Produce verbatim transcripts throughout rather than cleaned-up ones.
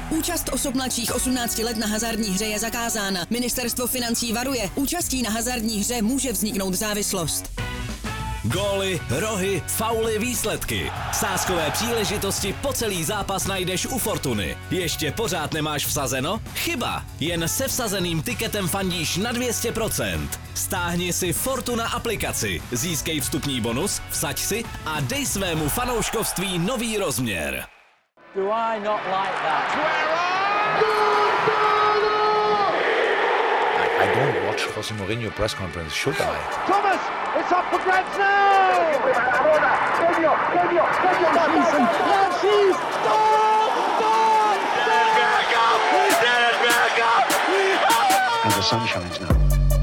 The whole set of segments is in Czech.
Účast osob mladších osmnácti let na hazardní hře je zakázána. Ministerstvo financí varuje, účastí na hazardní hře může vzniknout závislost. Góly, rohy, fauly, výsledky. Sázkové příležitosti po celý zápas najdeš u Fortuny. Ještě pořád nemáš vsazeno? Chyba! Jen se vsazeným tiketem fandíš na dvě stě procent. Stáhni si Fortuna aplikaci, získej vstupní bonus, vsaď si a dej svému fanouškovství nový rozměr. Do I not like that? I, I don't watch Jose Mourinho press conference, should I? Thomas, it's up for grabs now! And the sun shines now.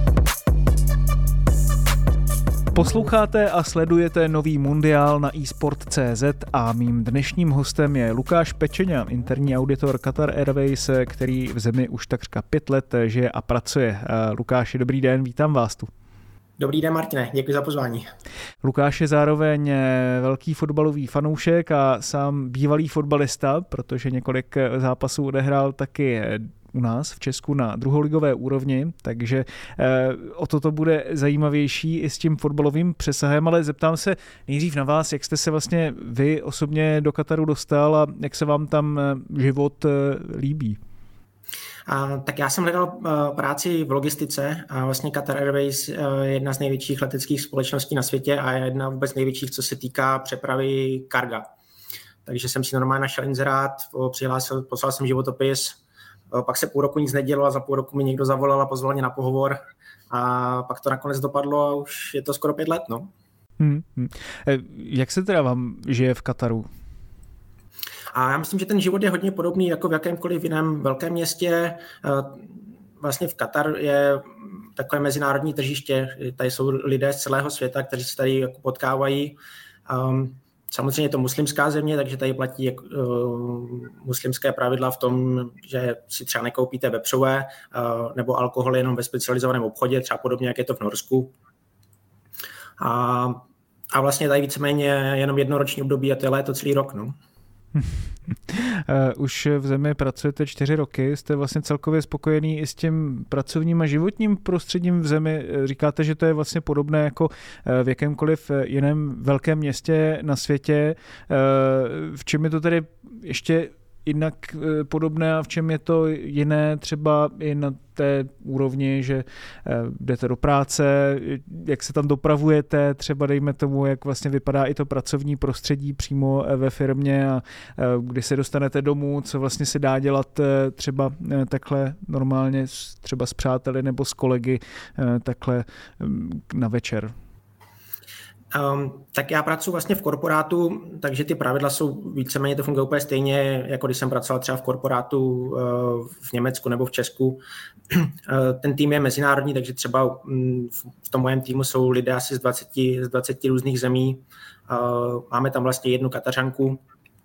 Posloucháte a sledujete nový mundiál na eSport tečka cé zet a mým dnešním hostem je Lukáš Pečeňa, interní auditor Qatar Airways, který v zemi už takřka pět let žije a pracuje. Lukáši, dobrý den, vítám vás tu. Dobrý den, Martine, děkuji za pozvání. Lukáš je zároveň velký fotbalový fanoušek a sám bývalý fotbalista, protože několik zápasů odehrál taky u nás v Česku na druholigové úrovni, takže eh, o toto bude zajímavější i s tím fotbalovým přesahem, ale zeptám se nejdřív na vás, jak jste se vlastně vy osobně do Kataru dostal a jak se vám tam život eh, líbí? A, tak já jsem hledal uh, práci v logistice a vlastně Qatar Airways uh, je jedna z největších leteckých společností na světě a je jedna vůbec největších, co se týká přepravy karga. Takže jsem si normálně našel inzerát, přihlásil, poslal jsem životopis. Pak se půl roku nic nedělo a za půl roku mi někdo zavolal a pozval mě na pohovor a pak to nakonec dopadlo a už je to skoro pět let. No. Hmm, hmm. Jak se teda vám žije v Kataru? A já myslím, že ten život je hodně podobný jako v jakémkoliv jiném velkém městě. Vlastně v Katar je takové mezinárodní tržiště, tady jsou lidé z celého světa, kteří se tady jako potkávají. Samozřejmě je to muslimská země, takže tady platí uh, muslimské pravidla v tom, že si třeba nekoupíte vepřové uh, nebo alkohol jenom ve specializovaném obchodě, třeba podobně, jak je to v Norsku. A, a vlastně tady víceméně jenom jednoroční období a to je léto celý rok. No. Už v zemi pracujete čtyři roky, jste vlastně celkově spokojený i s tím pracovním a životním prostředím v zemi. Říkáte, že to je vlastně podobné jako v jakémkoliv jiném velkém městě na světě. V čem je to tedy ještě jinak podobné a v čem je to jiné třeba i na té úrovni, že jdete do práce, jak se tam dopravujete, třeba dejme tomu, jak vlastně vypadá i to pracovní prostředí přímo ve firmě a kdy se dostanete domů, co vlastně se dá dělat třeba takhle normálně třeba s přáteli nebo s kolegy takhle na večer. Um, tak já pracuji vlastně v korporátu, takže ty pravidla jsou víceméně, to funguje úplně stejně, jako když jsem pracoval třeba v korporátu uh, v Německu nebo v Česku. Uh, ten tým je mezinárodní, takže třeba um, v tom mém týmu jsou lidé asi z dvaceti, z dvaceti různých zemí. Uh, máme tam vlastně jednu Katařanku.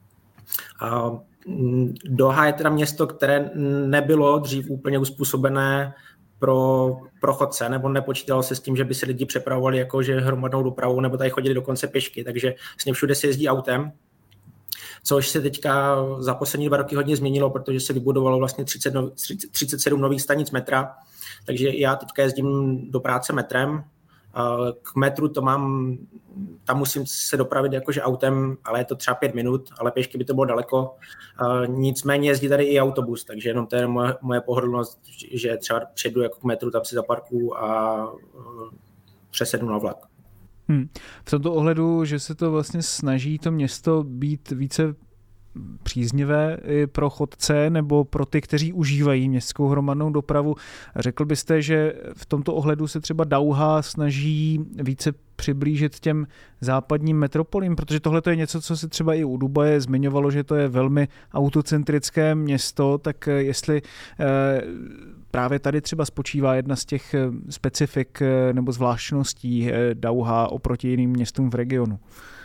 Uh, Doha je teda město, které nebylo dřív úplně uspůsobené pro, pro chodce, nebo nepočítalo se s tím, že by se lidi přepravovali jakože hromadnou dopravou, nebo tady chodili dokonce pěšky, takže vlastně všude se jezdí autem, což se teďka za poslední dva roky hodně změnilo, protože se vybudovalo vlastně třicet, třicet sedm nových stanic metra, takže já teďka jezdím do práce metrem. K metru to mám, tam musím se dopravit jakože autem, ale je to třeba pět minut, ale pěšky by to bylo daleko. Nicméně jezdí tady i autobus, takže jenom to je moje, moje pohodlnost, že třeba přijedu jako k metru, tam si zaparkuju a přesednu na vlak. Hmm. V tomto ohledu, že se to vlastně snaží to město být více příznivé i pro chodce nebo pro ty, kteří užívají městskou hromadnou dopravu. Řekl byste, že v tomto ohledu se třeba Dauha snaží více přiblížit těm západním metropolím, protože tohle je něco, co se třeba i u Dubaje zmiňovalo, že to je velmi autocentrické město, tak jestli právě tady třeba spočívá jedna z těch specifik nebo zvláštností Dauha oproti jiným městům v regionu.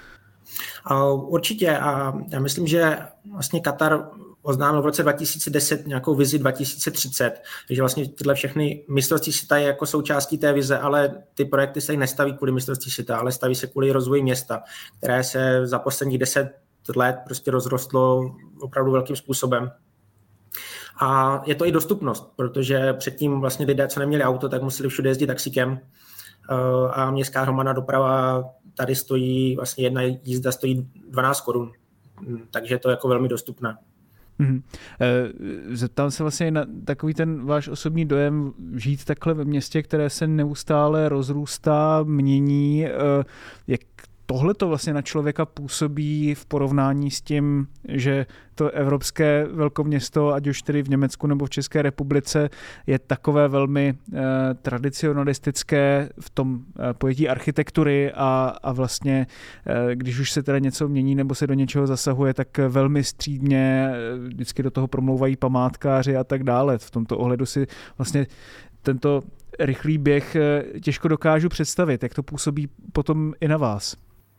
Určitě a já myslím, že vlastně Katar oznámil v roce dva tisíce deset nějakou vizi dva tisíce třicet, takže vlastně tyhle všechny mistrovství světa je jako součástí té vize, ale ty projekty se nestaví kvůli mistrovství světa, ale staví se kvůli rozvoji města, které se za posledních deset let prostě rozrostlo opravdu velkým způsobem. A je to i dostupnost, protože předtím vlastně lidé, co neměli auto, tak museli všude jezdit taxíkem a městská hromadná doprava tady stojí, vlastně jedna jízda stojí dvanáct korun, takže to je jako velmi dostupné. Hmm. Zeptám se vlastně na takový ten váš osobní dojem žít takhle ve městě, které se neustále rozrůstá, mění, jak tohle to vlastně na člověka působí v porovnání s tím, že to evropské velkoměsto, ať už tedy v Německu nebo v České republice, je takové velmi eh, tradicionalistické v tom eh, pojetí architektury a, a vlastně, eh, když už se teda něco mění nebo se do něčeho zasahuje, tak velmi střídně eh, vždycky do toho promlouvají památkáři a tak dále. V tomto ohledu si vlastně tento rychlý běh eh, těžko dokážu představit. Jak to působí potom i na vás?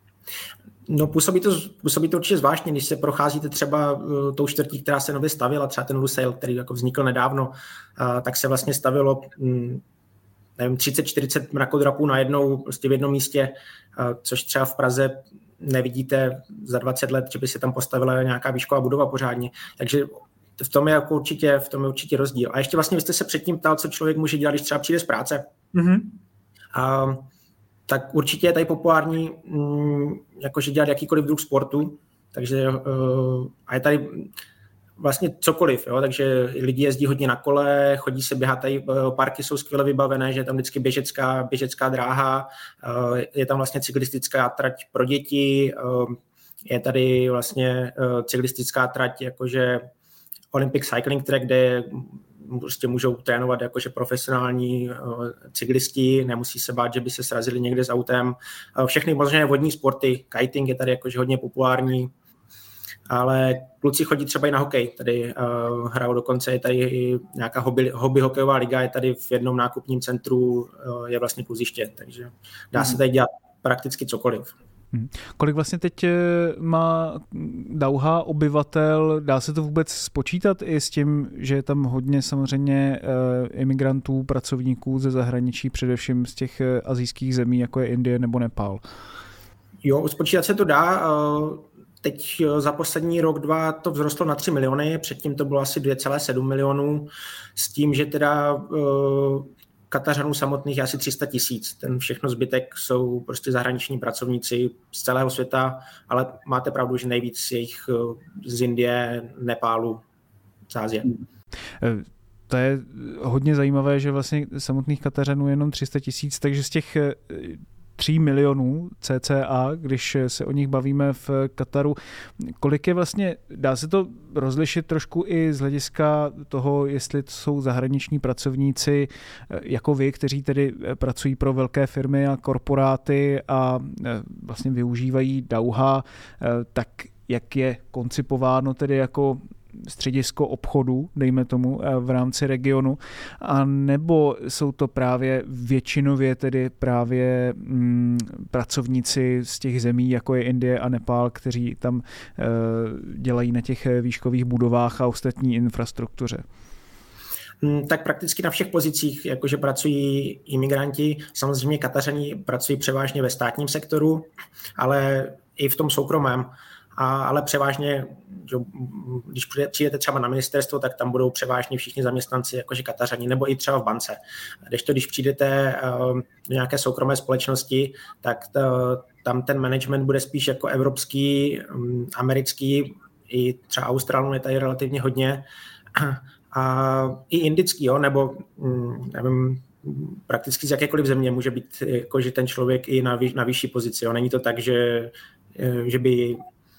No působí to, působí to určitě zvláštně, když se procházíte třeba uh, tou čtvrtí, která se nově stavila, třeba ten Lusail, který jako vznikl nedávno, uh, tak se vlastně stavilo um, nevím, třicet čtyřicet mrakodrapů najednou prostě v jednom místě, uh, což třeba v Praze nevidíte za dvacet let, že by se tam postavila nějaká výšková budova pořádně. Takže v tom je jako určitě, v tom je určitě rozdíl. A ještě vlastně vy jste se předtím ptal, co člověk může dělat, když třeba přijde z práce. Mm-hmm. Uh, tak určitě je tady populární mm, jakože dělat jakýkoliv druh sportu, takže uh, a je tady vlastně cokoliv, jo? Takže lidi jezdí hodně na kole, chodí se běhat, tady uh, parky jsou skvěle vybavené, že je tam vždycky běžecká, běžecká dráha, uh, je tam vlastně cyklistická trať pro děti, uh, je tady vlastně uh, cyklistická trať jakože Olympic Cycling Track, kde prostě můžou trénovat jakože profesionální uh, cyklisti, nemusí se bát, že by se srazili někde s autem. Uh, všechny možné vodní sporty, kiting je tady jakože hodně populární, ale kluci chodí třeba i na hokej, tady uh, hrajou dokonce, je tady i nějaká hobby, hobby hokejová liga, je tady v jednom nákupním centru, uh, je vlastně kluziště, takže dá se tady dělat prakticky cokoliv. Hmm. Kolik vlastně teď má Dauha obyvatel? Dá se to vůbec spočítat i s tím, že je tam hodně samozřejmě imigrantů, pracovníků ze zahraničí, především z těch asijských zemí, jako je Indie nebo Nepál? Jo, spočítat se to dá. Teď za poslední rok, dva to vzrostlo na tři miliony, předtím to bylo asi dvě celé sedm milionů, s tím, že teda Katařanů samotných je asi tři sta tisíc. Ten všechno zbytek jsou prostě zahraniční pracovníci z celého světa, ale máte pravdu, že nejvíc je jich z Indie, Nepálu, z Asie. To je hodně zajímavé, že vlastně samotných Katařanů je jenom tři sta tisíc, takže z těch tří milionů cca, když se o nich bavíme v Kataru. Kolik je vlastně, dá se to rozlišit trošku i z hlediska toho, jestli to jsou zahraniční pracovníci jako vy, kteří tedy pracují pro velké firmy a korporáty a vlastně využívají Dauha, tak jak je koncipováno tedy jako středisko obchodu, dejme tomu, v rámci regionu, a nebo jsou to právě většinově tedy právě mm, pracovníci z těch zemí, jako je Indie a Nepál, kteří tam e, dělají na těch výškových budovách a ostatní infrastruktuře? Tak prakticky na všech pozicích, jakože pracují imigranti, samozřejmě Katařani pracují převážně ve státním sektoru, ale i v tom soukromém. A, ale převážně, že, když přijdete třeba na ministerstvo, tak tam budou převážně všichni zaměstnanci jakože Katařani, nebo i třeba v bance. Kdežto, když přijdete uh, do nějaké soukromé společnosti, tak to, tam ten management bude spíš jako evropský, um, americký, i třeba Australanů je tady relativně hodně, a i indický, jo, nebo um, nevím, prakticky z jakékoliv země může být jakože ten člověk i na, na vyšší pozici. Jo. Není to tak, že, že by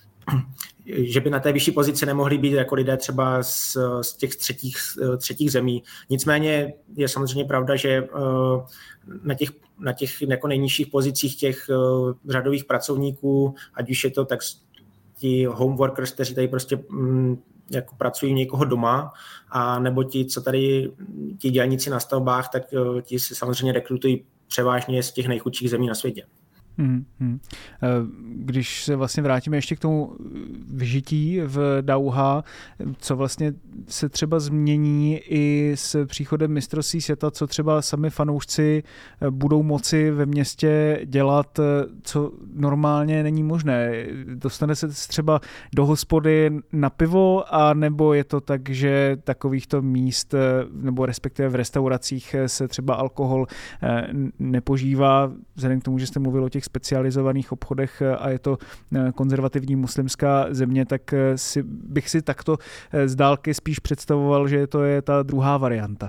že by na té vyšší pozici nemohli být jako lidé třeba z, z těch třetích, třetích zemí. Nicméně je samozřejmě pravda, že na těch, na těch jako nejnižších pozicích těch řadových pracovníků, ať už je to tak ti home workers, kteří tady prostě jako pracují někoho doma, a nebo ti, co tady, ti dělníci na stavbách, tak ti se samozřejmě rekrutují převážně z těch nejchudších zemí na světě. Hmm. Když se vlastně vrátíme ještě k tomu vyžití v Dauhá, co vlastně se třeba změní i s příchodem mistrovství světa, co třeba sami fanoušci budou moci ve městě dělat, co normálně není možné. Dostane se třeba do hospody na pivo, a nebo je to tak, že takovýchto míst, nebo respektive v restauracích se třeba alkohol nepožívá, vzhledem k tomu, že jste mluvil o těch specializovaných obchodech a je to konzervativní muslimská země, tak si, bych si takto z dálky spíš představoval, že to je ta druhá varianta.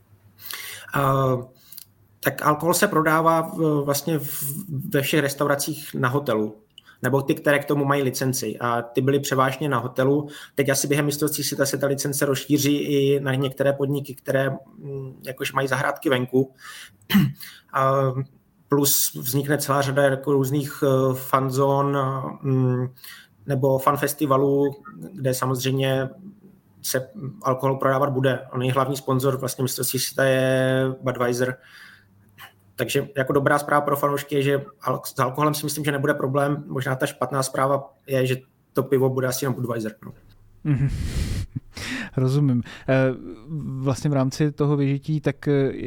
Uh, tak alkohol se prodává v, vlastně v, ve všech restauracích na hotelu, nebo ty, které k tomu mají licenci. A ty byly převážně na hotelu. Teď asi během mistrovství světa se ta licence rozšíří i na některé podniky, které jakož mají zahrádky venku. Uh, Plus vznikne celá řada jako různých fanzón nebo fanfestivalů, kde samozřejmě se alkohol prodávat bude. On je hlavní sponzor vlastně mistrovství světa je Budweiser. Takže jako dobrá zpráva pro fanoušky je, že s alkoholem si myslím, že nebude problém. Možná ta špatná zpráva je, že to pivo bude asi na Budweiser. No. Mm-hmm. Rozumím. Vlastně v rámci toho vyžití tak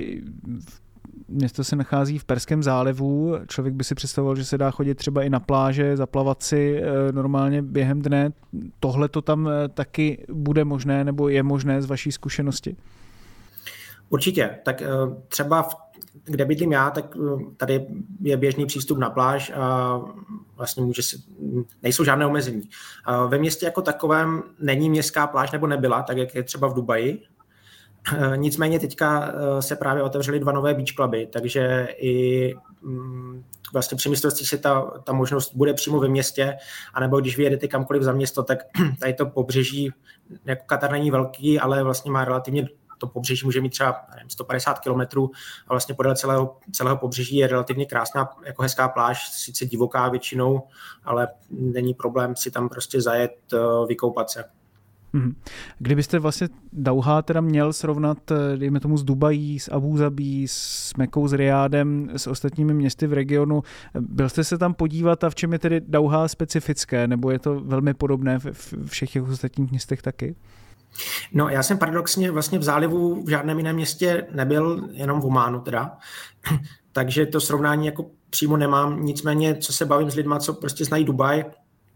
město se nachází v Perském zálivu. Člověk by si představoval, že se dá chodit třeba i na pláže, zaplavat si normálně během dne. Tohle to tam taky bude možné, nebo je možné z vaší zkušenosti? Určitě. Tak třeba v, kde bydlím já, tak tady je běžný přístup na pláž a vlastně může si, nejsou žádné omezení. Ve městě jako takovém není městská pláž, nebo nebyla, tak jak je třeba v Dubaji. Nicméně teďka se právě otevřely dva nové beach cluby, takže i vlastně při mistrovství se ta, ta možnost bude přímo ve městě, anebo když vyjedete kamkoliv za město, tak tady to pobřeží, jako Katar není velký, ale vlastně má relativně, to pobřeží může mít třeba nevím, sto padesát kilometrů a vlastně podél celého, celého pobřeží je relativně krásná, jako hezká pláž, sice divoká většinou, ale není problém si tam prostě zajet, vykoupat se. Kdybyste vlastně Dauhá teda měl srovnat, dejme tomu, s Dubají, s Abu Zabí, s Mekou, s Riádem, s ostatními městy v regionu, byl jste se tam podívat a v čem je tedy Dauhá specifické, nebo je to velmi podobné v všech těch ostatních městech taky? No, já jsem paradoxně vlastně v zálivu v žádném jiném městě nebyl, jenom v Ománu teda, takže to srovnání jako přímo nemám, nicméně, co se bavím s lidma, co prostě znají Dubaj,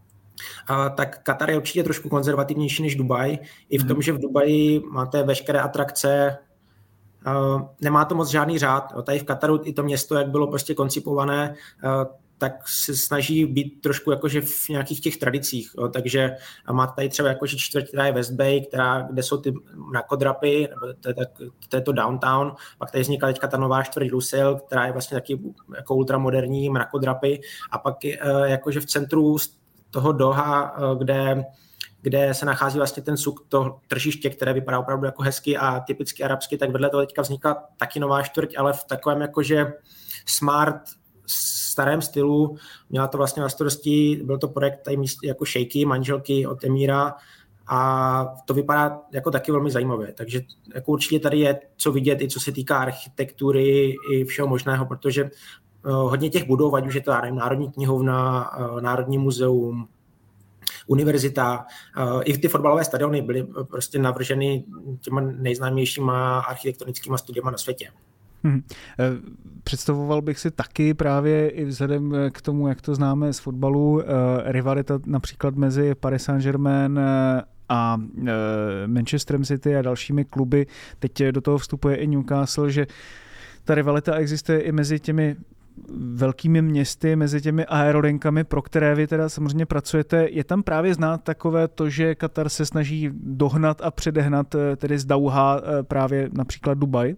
a tak Katar je určitě trošku konzervativnější než Dubaj. I v tom, že v Dubaji máte veškeré atrakce, uh, nemá to moc žádný řád. Tady v Kataru i to město, jak bylo prostě koncipované, uh, tak se snaží být trošku jakože v nějakých těch tradicích. Jo. Takže máte tady třeba jakože čtvrť, která je West Bay, která, kde jsou ty mrakodrapy, nebo to je, tak, to je to downtown. Pak tady vznikla teďka ta nová čtvrť Lusail, která je vlastně taky jako ultramoderní mrakodrapy. A pak uh, jakože v centru toho Doha, kde, kde se nachází vlastně ten suk, to tržiště, které vypadá opravdu jako hezky a typicky arabsky, tak vedle toho teďka vznikla taky nová čtvrť, ale v takovém jakože smart, starém stylu. Měla to vlastně na starosti, byl to projekt tady míst, jako šejky, manželky od emíra a to vypadá jako taky velmi zajímavé. Takže jako určitě tady je co vidět, i co se týká architektury i všeho možného, protože hodně těch budov, ať už je to Národní knihovna, Národní muzeum, univerzita, i ty fotbalové stadiony byly prostě navrženy těma nejznámějšíma architektonickýma studiema na světě. Hmm. Představoval bych si taky právě i vzhledem k tomu, jak to známe z fotbalu, rivalita například mezi Paris Saint-Germain a Manchesterem City a dalšími kluby. Teď do toho vstupuje i Newcastle, že ta rivalita existuje i mezi těmi velkými městy, mezi těmi aerolinkami, pro které vy teda samozřejmě pracujete. Je tam právě znát takové to, že Katar se snaží dohnat a předehnat tedy z Dauhá právě například Dubaj?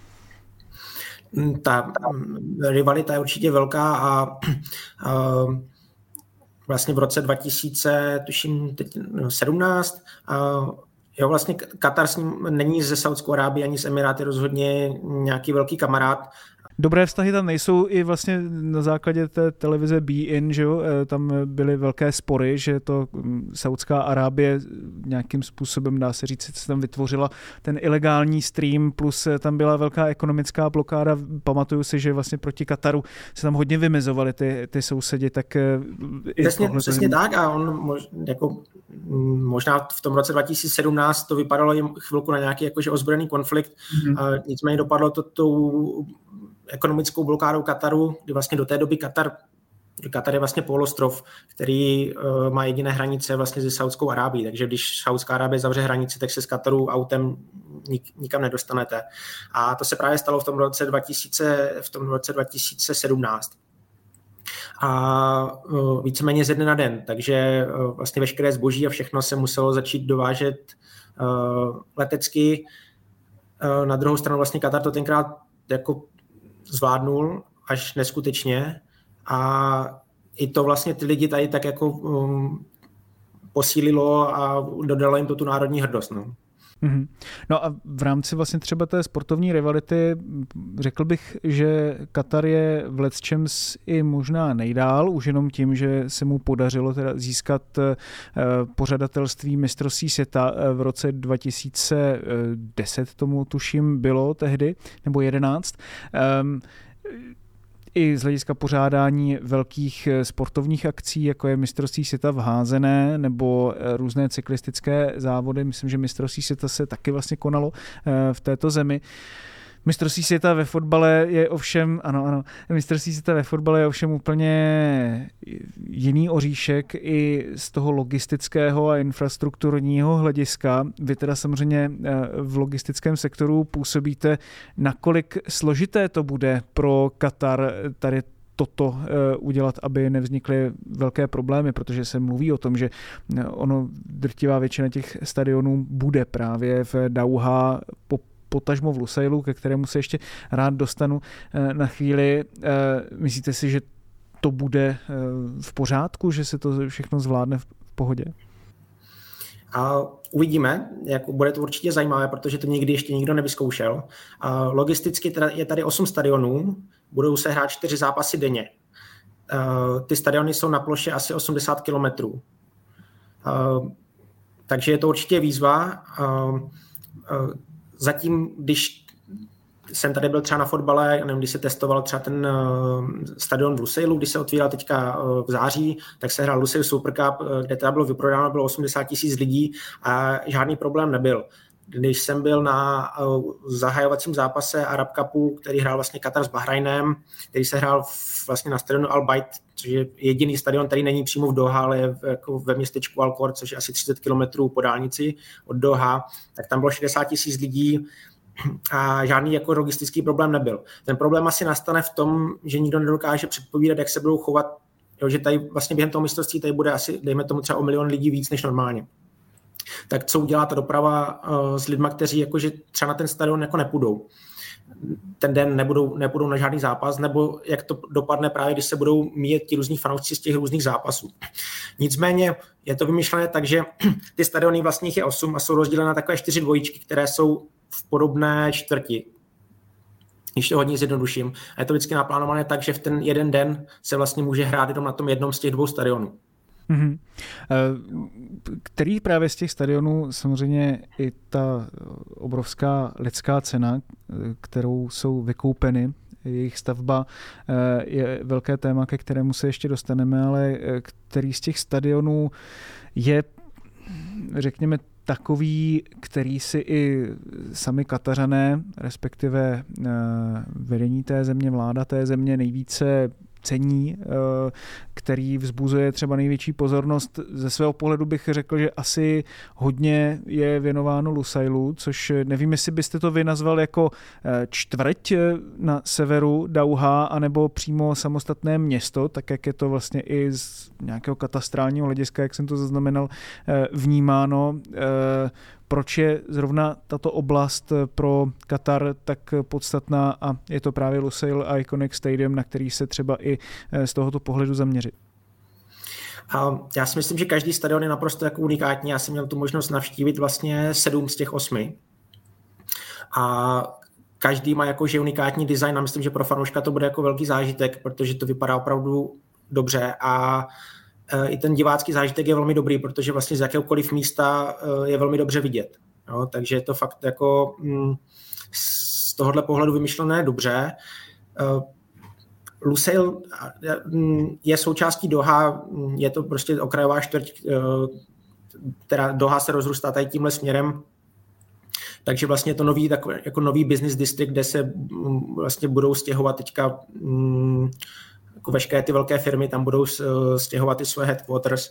Ta, ta rivalita je určitě velká a, a vlastně v roce dva tisíce sedmnáct a jo, vlastně Katar s ním není ze Saudskou Arábie ani z Emiráty rozhodně nějaký velký kamarád. Dobré vztahy tam nejsou i vlastně na základě té televize Be In, že jo? Tam byly velké spory, že to Saudská Arábie nějakým způsobem, dá se říct, se tam vytvořila ten ilegální stream, plus tam byla velká ekonomická blokáda. Pamatuju si, že vlastně proti Kataru se tam hodně vymezovaly ty, ty sousedi, tak Přesně, přesně tak a on mož, jako, možná v tom roce dva tisíce sedmnáct to vypadalo jim chvilku na nějaký jakože ozbrojený konflikt, mm-hmm. a nicméně dopadlo to tou ekonomickou blokádou Kataru, kdy vlastně do té doby Katar, Katar je vlastně polostrov, který uh, má jediné hranice vlastně se Saudskou Arábií, takže když Saudská Arábie zavře hranici, tak se z Kataru autem nik, nikam nedostanete. A to se právě stalo v tom roce, dva tisíce, v tom roce dva tisíce sedmnáct. A uh, víceméně ze dne na den, takže uh, vlastně veškeré zboží a všechno se muselo začít dovážet uh, letecky. Uh, na druhou stranu vlastně Katar to tenkrát jako zvládnul až neskutečně a i to vlastně ty lidi tady tak jako um, posílilo a dodalo jim to tu národní hrdost. No. Mm-hmm. No a v rámci vlastně třeba té sportovní rivality řekl bych, že Katar je v lecčems i možná nejdál, už jenom tím, že se mu podařilo teda získat pořadatelství mistrovství světa v roce dva tisíce deset, tomu tuším bylo tehdy, nebo jedenáct. Um, I z hlediska pořádání velkých sportovních akcí, jako je mistrovství světa v házené nebo různé cyklistické závody. Myslím, že mistrovství světa se taky vlastně konalo v této zemi. Mistrovství světa ve fotbale je ovšem, ano, ano, mistrovství světa ve fotbale je ovšem úplně jiný oříšek i z toho logistického a infrastrukturního hlediska. Vy teda samozřejmě v logistickém sektoru působíte, nakolik složité to bude pro Katar tady toto udělat, aby nevznikly velké problémy, protože se mluví o tom, že ono drtivá většina těch stadionů bude právě v Dauhá po potažmo v Lusailu, ke kterému se ještě rád dostanu na chvíli. Myslíte si, že to bude v pořádku, že se to všechno zvládne v pohodě? A uvidíme, jako bude to určitě zajímavé, protože to nikdy ještě nikdo nevyzkoušel. A logisticky teda je tady osm stadionů, budou se hrát čtyři zápasy denně. A ty stadiony jsou na ploše asi osmdesát kilometrů. Takže je to určitě výzva. A, a, Zatím, když jsem tady byl třeba na fotbale, nevím, když se testoval třeba ten uh, stadion v Lusailu, když se otvíral teďka uh, v září, tak se hrál Lusail Super Cup, uh, kde teda bylo vyprodáno, bylo osmdesát tisíc lidí a žádný problém nebyl. Když jsem byl na uh, zahajovacím zápase Arab Cupu, který hrál vlastně Katar s Bahrajnem, který se hrál v, vlastně na stadionu Al Bayt, což je jediný stadion, který není přímo v Doha, ale je v, jako ve městečku Al Khor, což je asi třicet kilometrů po dálnici od Doha, tak tam bylo šedesát tisíc lidí a žádný jako logistický problém nebyl. Ten problém asi nastane v tom, že nikdo nedokáže předpovídat, jak se budou chovat, jo, že tady vlastně během toho mistrovství tady bude asi, dejme tomu třeba o milion lidí víc než normálně. Tak co udělá ta doprava uh, s lidma, kteří jakože třeba na ten stadion jako nepůjdou. Ten den nebudou, nebudou na žádný zápas, nebo jak to dopadne právě, když se budou míjet ti různí fanoušci z těch různých zápasů. Nicméně je to vymyšlené tak, že ty stadiony vlastně je osm a jsou rozdělené na takové čtyři dvojičky, které jsou v podobné čtvrti. Když to hodně zjednoduším. A je to vždycky naplánované tak, že v ten jeden den se vlastně může hrát jenom na tom jednom z těch dvou stadionů. Mm-hmm. Který právě z těch stadionů samozřejmě i ta obrovská lidská cena, kterou jsou vykoupeny, jejich stavba je velké téma, ke kterému se ještě dostaneme, ale který z těch stadionů je, řekněme, takový, který si i sami Katařané, respektive vedení té země, vláda té země nejvíce cení, který vzbuzuje třeba největší pozornost. Ze svého pohledu bych řekl, že asi hodně je věnováno Lusailu, což nevím, jestli byste to vy nazval jako čtvrť na severu Dauha, anebo přímo samostatné město, tak jak je to vlastně i z nějakého katastrálního hlediska, jak jsem to zaznamenal, vnímáno. Proč je zrovna tato oblast pro Katar tak podstatná a je to právě Lusail Iconic Stadium, na který se třeba i z tohoto pohledu zaměřit? A já si myslím, že každý stadion je naprosto jako unikátní. Já jsem měl tu možnost navštívit vlastně sedm z těch osmi. A každý má jakože unikátní design a myslím, že pro fanouška to bude jako velký zážitek, protože to vypadá opravdu dobře a i ten divácký zážitek je velmi dobrý, protože vlastně z jakéhokoliv místa je velmi dobře vidět. Jo, takže je to fakt jako z tohohle pohledu vymyšlené dobře. Lusail je součástí Doha, je to prostě okrajová čtvrť, která Doha se rozrůstá tady tímhle směrem, takže vlastně je to nový, takový, jako nový business district, kde se vlastně budou stěhovat teďka jako veškeré ty velké firmy, tam budou stěhovat ty své headquarters.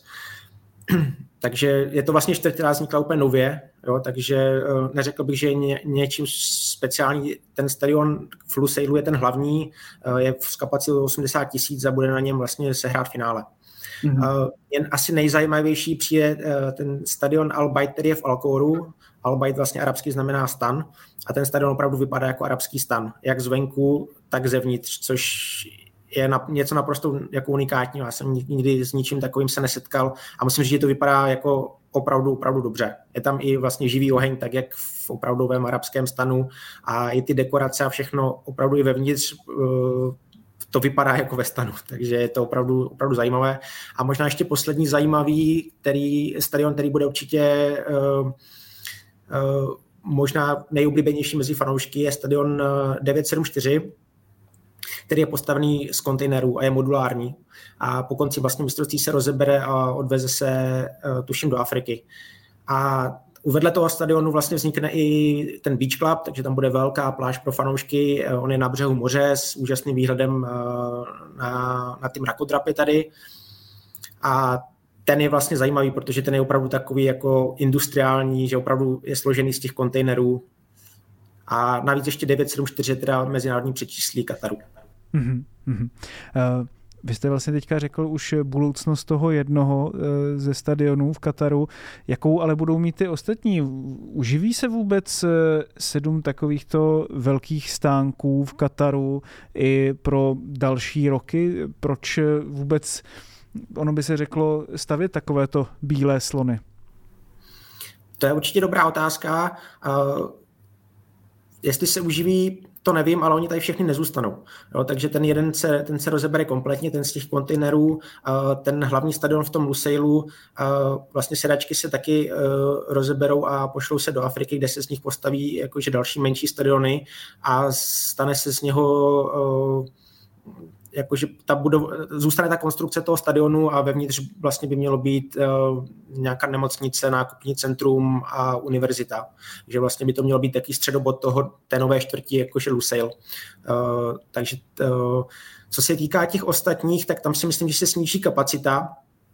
Takže je to vlastně čtvrť, která vznikla úplně nově, jo, takže neřekl bych, že je ně, něčím speciální. Ten stadion v Lusailu je ten hlavní, je s kapacitou osmdesát tisíc a bude na něm vlastně sehrát finále. Mm-hmm. Jen asi nejzajímavější přijde ten stadion Al Bayt, který je v Al-Khouru. Al Bayt vlastně arabsky znamená stan a ten stadion opravdu vypadá jako arabský stan, jak zvenku, tak zevnitř, což je na, něco naprosto jako unikátního. Já jsem nikdy s ničím takovým se nesetkal a myslím, že to vypadá jako opravdu, opravdu dobře. Je tam i vlastně živý oheň, tak jak v opravdovém arabském stanu a i ty dekorace a všechno opravdu i vevnitř to vypadá jako ve stanu, takže je to opravdu, opravdu zajímavé. A možná ještě poslední zajímavý který, stadion, který bude určitě uh, uh, možná nejoblíbenější mezi fanoušky, je stadion devět sedm čtyři, který je postavený z kontejnerů a je modulární. A po konci vlastně mistrovství se rozebere a odveze se, tuším, do Afriky. A vedle toho stadionu vlastně vznikne i ten Beach Club, takže tam bude velká pláž pro fanoušky. On je na břehu moře s úžasným výhledem na, na ty mrakodrapy tady. A ten je vlastně zajímavý, protože ten je opravdu takový jako industriální, že opravdu je složený z těch kontejnerů. A navíc ještě devět sedm čtyři je teda mezinárodní přečíslí Kataru. Mm-hmm. Uh, vy jste vlastně teďka řekl už budoucnost toho jednoho uh, ze stadionů v Kataru. Jakou ale budou mít ty ostatní? Uživí se vůbec uh, sedm takovýchto velkých stánků v Kataru i pro další roky? Proč vůbec, ono by se řeklo, stavět takovéto bílé slony? To je určitě dobrá otázka. Uh, jestli se uživí, to nevím, ale oni tady všechny nezůstanou. Jo, takže ten jeden se, ten se rozebere kompletně, ten z těch kontejnerů, uh, ten hlavní stadion v tom Lusailu, uh, vlastně sedačky se taky uh, rozeberou a pošlou se do Afriky, kde se z nich postaví jakože další menší stadiony a stane se z něho uh, jakože ta budov, zůstane ta konstrukce toho stadionu a vevnitř vlastně by mělo být uh, nějaká nemocnice, nákupní centrum a univerzita. Takže vlastně by to mělo být taký středobod toho, té nové čtvrti, jakože Lusail. Uh, takže uh, co se týká těch ostatních, tak tam si myslím, že se sníží kapacita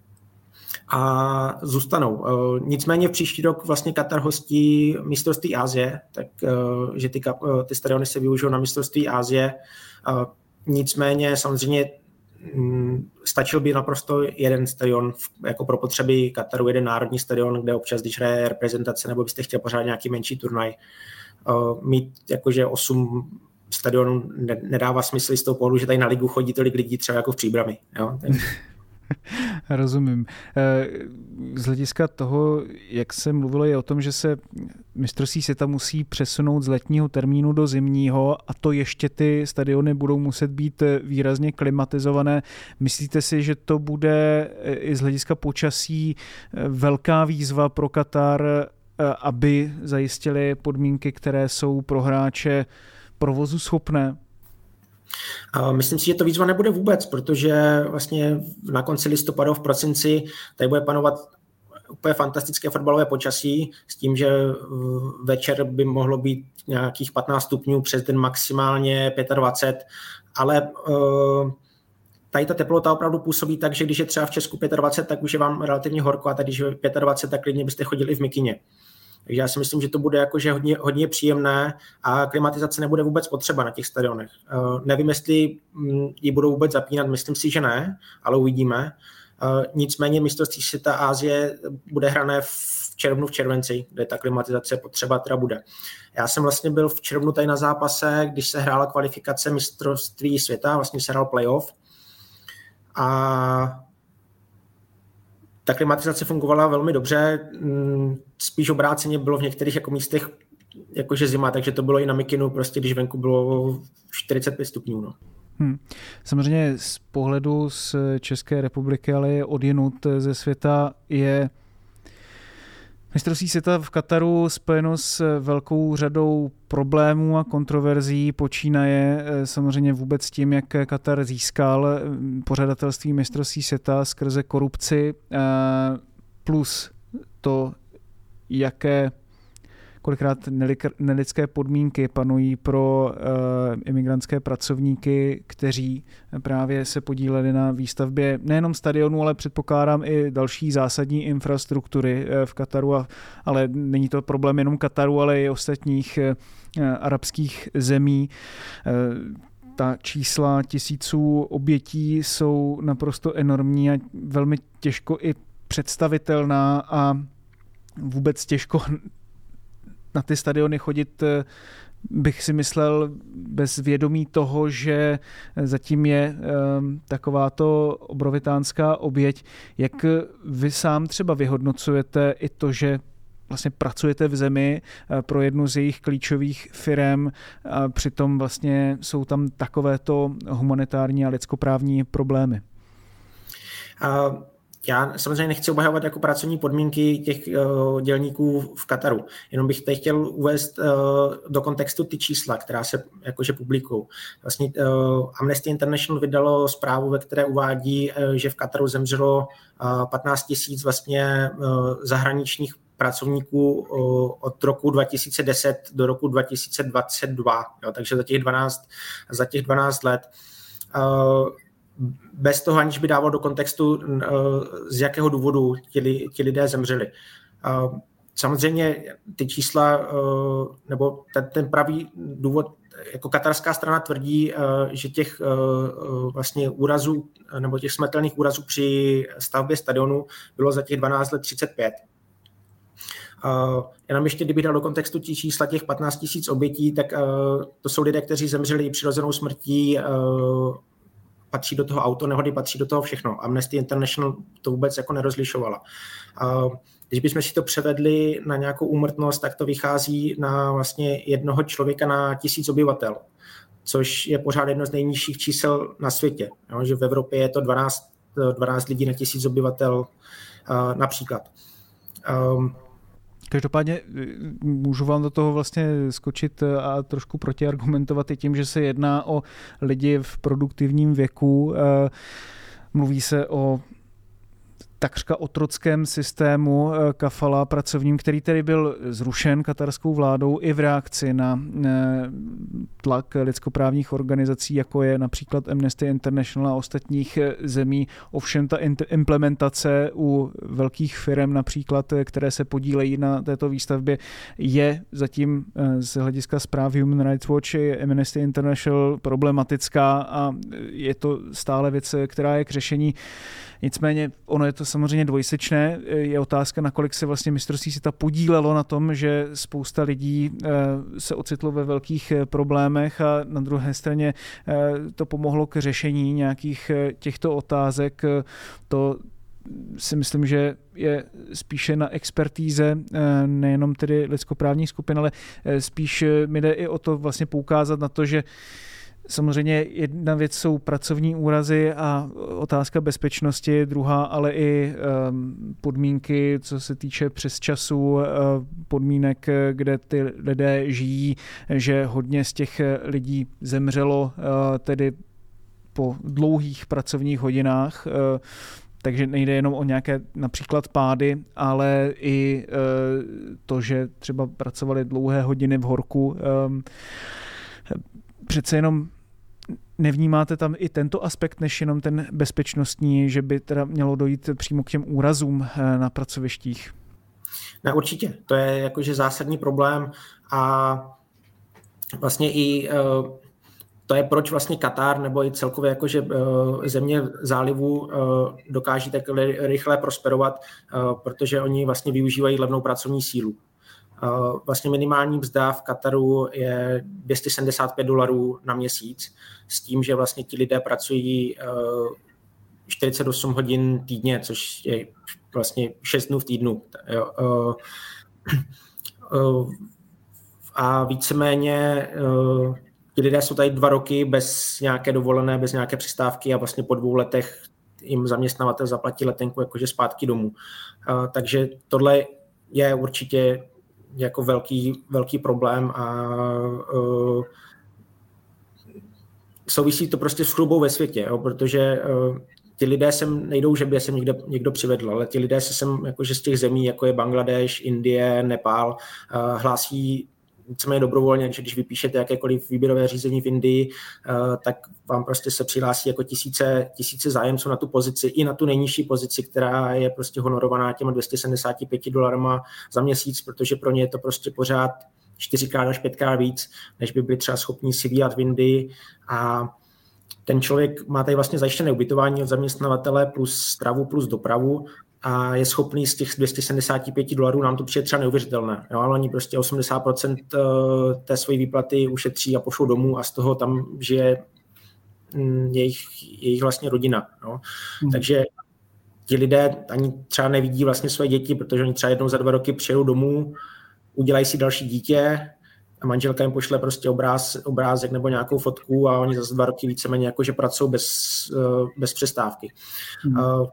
a zůstanou. Uh, nicméně v příští rok vlastně Katar hostí mistrovství Asie, tak uh, že ty, uh, ty stadiony se využijou na mistrovství Asie. Uh, Nicméně samozřejmě stačil by naprosto jeden stadion jako pro potřeby Kataru, jeden národní stadion, kde občas, když hraje reprezentace, nebo byste chtěl pořádat nějaký menší turnaj, mít jakože osm stadionů nedává smysl z toho pohledu, že tady na ligu chodí tolik lidí třeba jako v Příbrami. Jo? Rozumím. Z hlediska toho, jak se mluvilo, je o tom, že se mistrovství světa musí přesunout z letního termínu do zimního a to ještě ty stadiony budou muset být výrazně klimatizované. Myslíte si, že to bude i z hlediska počasí velká výzva pro Katar, aby zajistili podmínky, které jsou pro hráče provozu schopné? Myslím si, že to výzva nebude vůbec, protože vlastně na konci listopadu v prosinci tady bude panovat úplně fantastické fotbalové počasí s tím, že večer by mohlo být nějakých patnáct stupňů, přes den maximálně dvacet pět, ale tady ta teplota opravdu působí tak, že když je třeba v Česku dvacet pět, tak už je vám relativně horko a tady, když je dvacet pět, tak klidně byste chodili v mikině. Takže já si myslím, že to bude jakože hodně, hodně příjemné a klimatizace nebude vůbec potřeba na těch stadionech. Uh, nevím, jestli ji budou vůbec zapínat, myslím si, že ne, ale uvidíme. Uh, nicméně mistrovství světa Asie bude hrané v červnu, v červenci, kde ta klimatizace potřeba teda bude. Já jsem vlastně byl v červnu tady na zápase, když se hrála kvalifikace mistrovství světa, vlastně se hrál playoff a ta klimatizace fungovala velmi dobře, spíš obráceně bylo v některých jako místech jakože zima, takže to bylo i na mikinu, prostě když venku bylo čtyřicet pět stupňů. No. Hmm. Samozřejmě z pohledu z České republiky, ale je odjinud ze světa, je mistrovství světa v Kataru spojeno s velkou řadou problémů a kontroverzí. Počínaje samozřejmě vůbec tím, jak Katar získal pořadatelství mistrovství světa skrze korupci, plus to, jaké kolikrát nelidské podmínky panují pro uh, imigrantské pracovníky, kteří právě se podíleli na výstavbě nejenom stadionu, ale předpokládám i další zásadní infrastruktury uh, v Kataru, a, ale není to problém jenom Kataru, ale i ostatních uh, arabských zemí. Uh, ta čísla tisíců obětí jsou naprosto enormní a velmi těžko i představitelná a vůbec těžko na ty stadiony chodit, bych si myslel, bez vědomí toho, že zatím je um, takováto obrovitánská oběť. Jak vy sám třeba vyhodnocujete i to, že vlastně pracujete v zemi pro jednu z jejich klíčových firem, a přitom vlastně jsou tam takovéto humanitární a lidskoprávní problémy? Uh... Já samozřejmě nechci obhajovat jako pracovní podmínky těch uh, dělníků v Kataru, jenom bych tady chtěl uvést uh, do kontextu ty čísla, která se jakože publikují. Vlastně uh, Amnesty International vydalo zprávu, ve které uvádí, uh, že v Kataru zemřelo uh, patnáct tisíc vlastně uh, zahraničních pracovníků uh, od roku dva tisíce deset do roku dva tisíce dvacet dva, jo, takže za těch dvanáct, za těch dvanáct let. Uh, bez toho, aniž by dával do kontextu, z jakého důvodu ti, ti lidé zemřeli. Samozřejmě ty čísla, nebo ten, ten pravý důvod, jako katarská strana tvrdí, že těch vlastně úrazů, nebo těch smrtelných úrazů při stavbě stadionu bylo za těch dvanáct let třicet pět. Jenom ještě, kdybych dal do kontextu tí čísla těch patnáct tisíc obětí, tak to jsou lidé, kteří zemřeli přirozenou smrtí, patří do toho autonehody, patří do toho všechno. Amnesty International to vůbec jako nerozlišovala. Když bychom si to převedli na nějakou úmrtnost, tak to vychází na vlastně jednoho člověka na tisíc obyvatel, což je pořád jedno z nejnižších čísel na světě. Jo, že v Evropě je to dvanáct, dvanáct lidí na tisíc obyvatel například. Um, Každopádně můžu vám do toho vlastně skočit a trošku protiargumentovat i tím, že se jedná o lidi v produktivním věku. Mluví se o takřka otrockém systému kafala pracovním, který tedy byl zrušen katarskou vládou i v reakci na tlak lidskoprávních organizací, jako je například Amnesty International a ostatních zemí. Ovšem ta implementace u velkých firm například, které se podílejí na této výstavbě, je zatím z hlediska zpráv Human Rights Watch a Amnesty International problematická a je to stále věc, která je k řešení. Nicméně ono je to samozřejmě dvojsečné. Je otázka, nakolik se vlastně mistrovství světa podílelo na tom, že spousta lidí se ocitlo ve velkých problémech a na druhé straně to pomohlo k řešení nějakých těchto otázek. To si myslím, že je spíše na expertíze nejenom tedy lidskoprávních skupin, ale spíš mi jde i o to vlastně poukázat na to, že samozřejmě jedna věc jsou pracovní úrazy a otázka bezpečnosti, druhá ale i podmínky, co se týče přesčasů, podmínek, kde ty lidé žijí, že hodně z těch lidí zemřelo tedy po dlouhých pracovních hodinách, takže nejde jenom o nějaké například pády, ale i to, že třeba pracovali dlouhé hodiny v horku. Přece jenom nevnímáte tam i tento aspekt, než jenom ten bezpečnostní, že by teda mělo dojít přímo k těm úrazům na pracovištích? Ne, určitě. To je jakože zásadní problém a vlastně i to je, proč vlastně Katar nebo i celkově jakože země zálivu dokáží tak rychle prosperovat, protože oni vlastně využívají levnou pracovní sílu. Vlastně minimální mzda v Kataru je dvě stě sedmdesát pět dolarů na měsíc s tím, že vlastně ti lidé pracují čtyřicet osm hodin týdně, což je vlastně šest dnů v týdnu. a víceméně uh, ti lidé jsou tady dva roky bez nějaké dovolené, bez nějaké přestávky a vlastně po dvou letech jim zaměstnavatel zaplatí letenku jakože zpátky domů. Uh, takže tohle je určitě jako velký, velký problém a uh, souvisí to prostě s chlubou ve světě, jo, protože uh, ti lidé sem nejdou, že by se někdo, někdo přivedl, ale ti lidé se sem jakože z těch zemí, jako je Bangladeš, Indie, Nepál, uh, hlásí víceméně dobrovolně, že když vypíšete jakékoliv výběrové řízení v Indii, uh, tak vám prostě se přihlásí jako tisíce, tisíce zájemců na tu pozici, i na tu nejnižší pozici, která je prostě honorovaná těma dvě stě sedmdesát pět dolarama za měsíc, protože pro ně je to prostě pořád čtyřikrát až pětkrát víc, než by byli třeba schopni si vyjat v Indii. A ten člověk má tady vlastně zajištěné ubytování od zaměstnavatele plus stravu plus dopravu a je schopný z těch dvě stě sedmdesát pět dolarů, nám to přijde třeba neuvěřitelné, jo, ale oni prostě osmdesát procent té své výplaty ušetří a pošlou domů a z toho tam žije jejich, jejich vlastně rodina. Jo. Hmm. Takže ti lidé ani třeba nevidí vlastně své děti, protože oni třeba jednou za dva roky přijedou domů, udělají si další dítě a manželka jim pošle prostě obráz, obrázek nebo nějakou fotku a oni zase dva roky víceméně jakože pracují bez, bez přestávky. Hmm. Uh,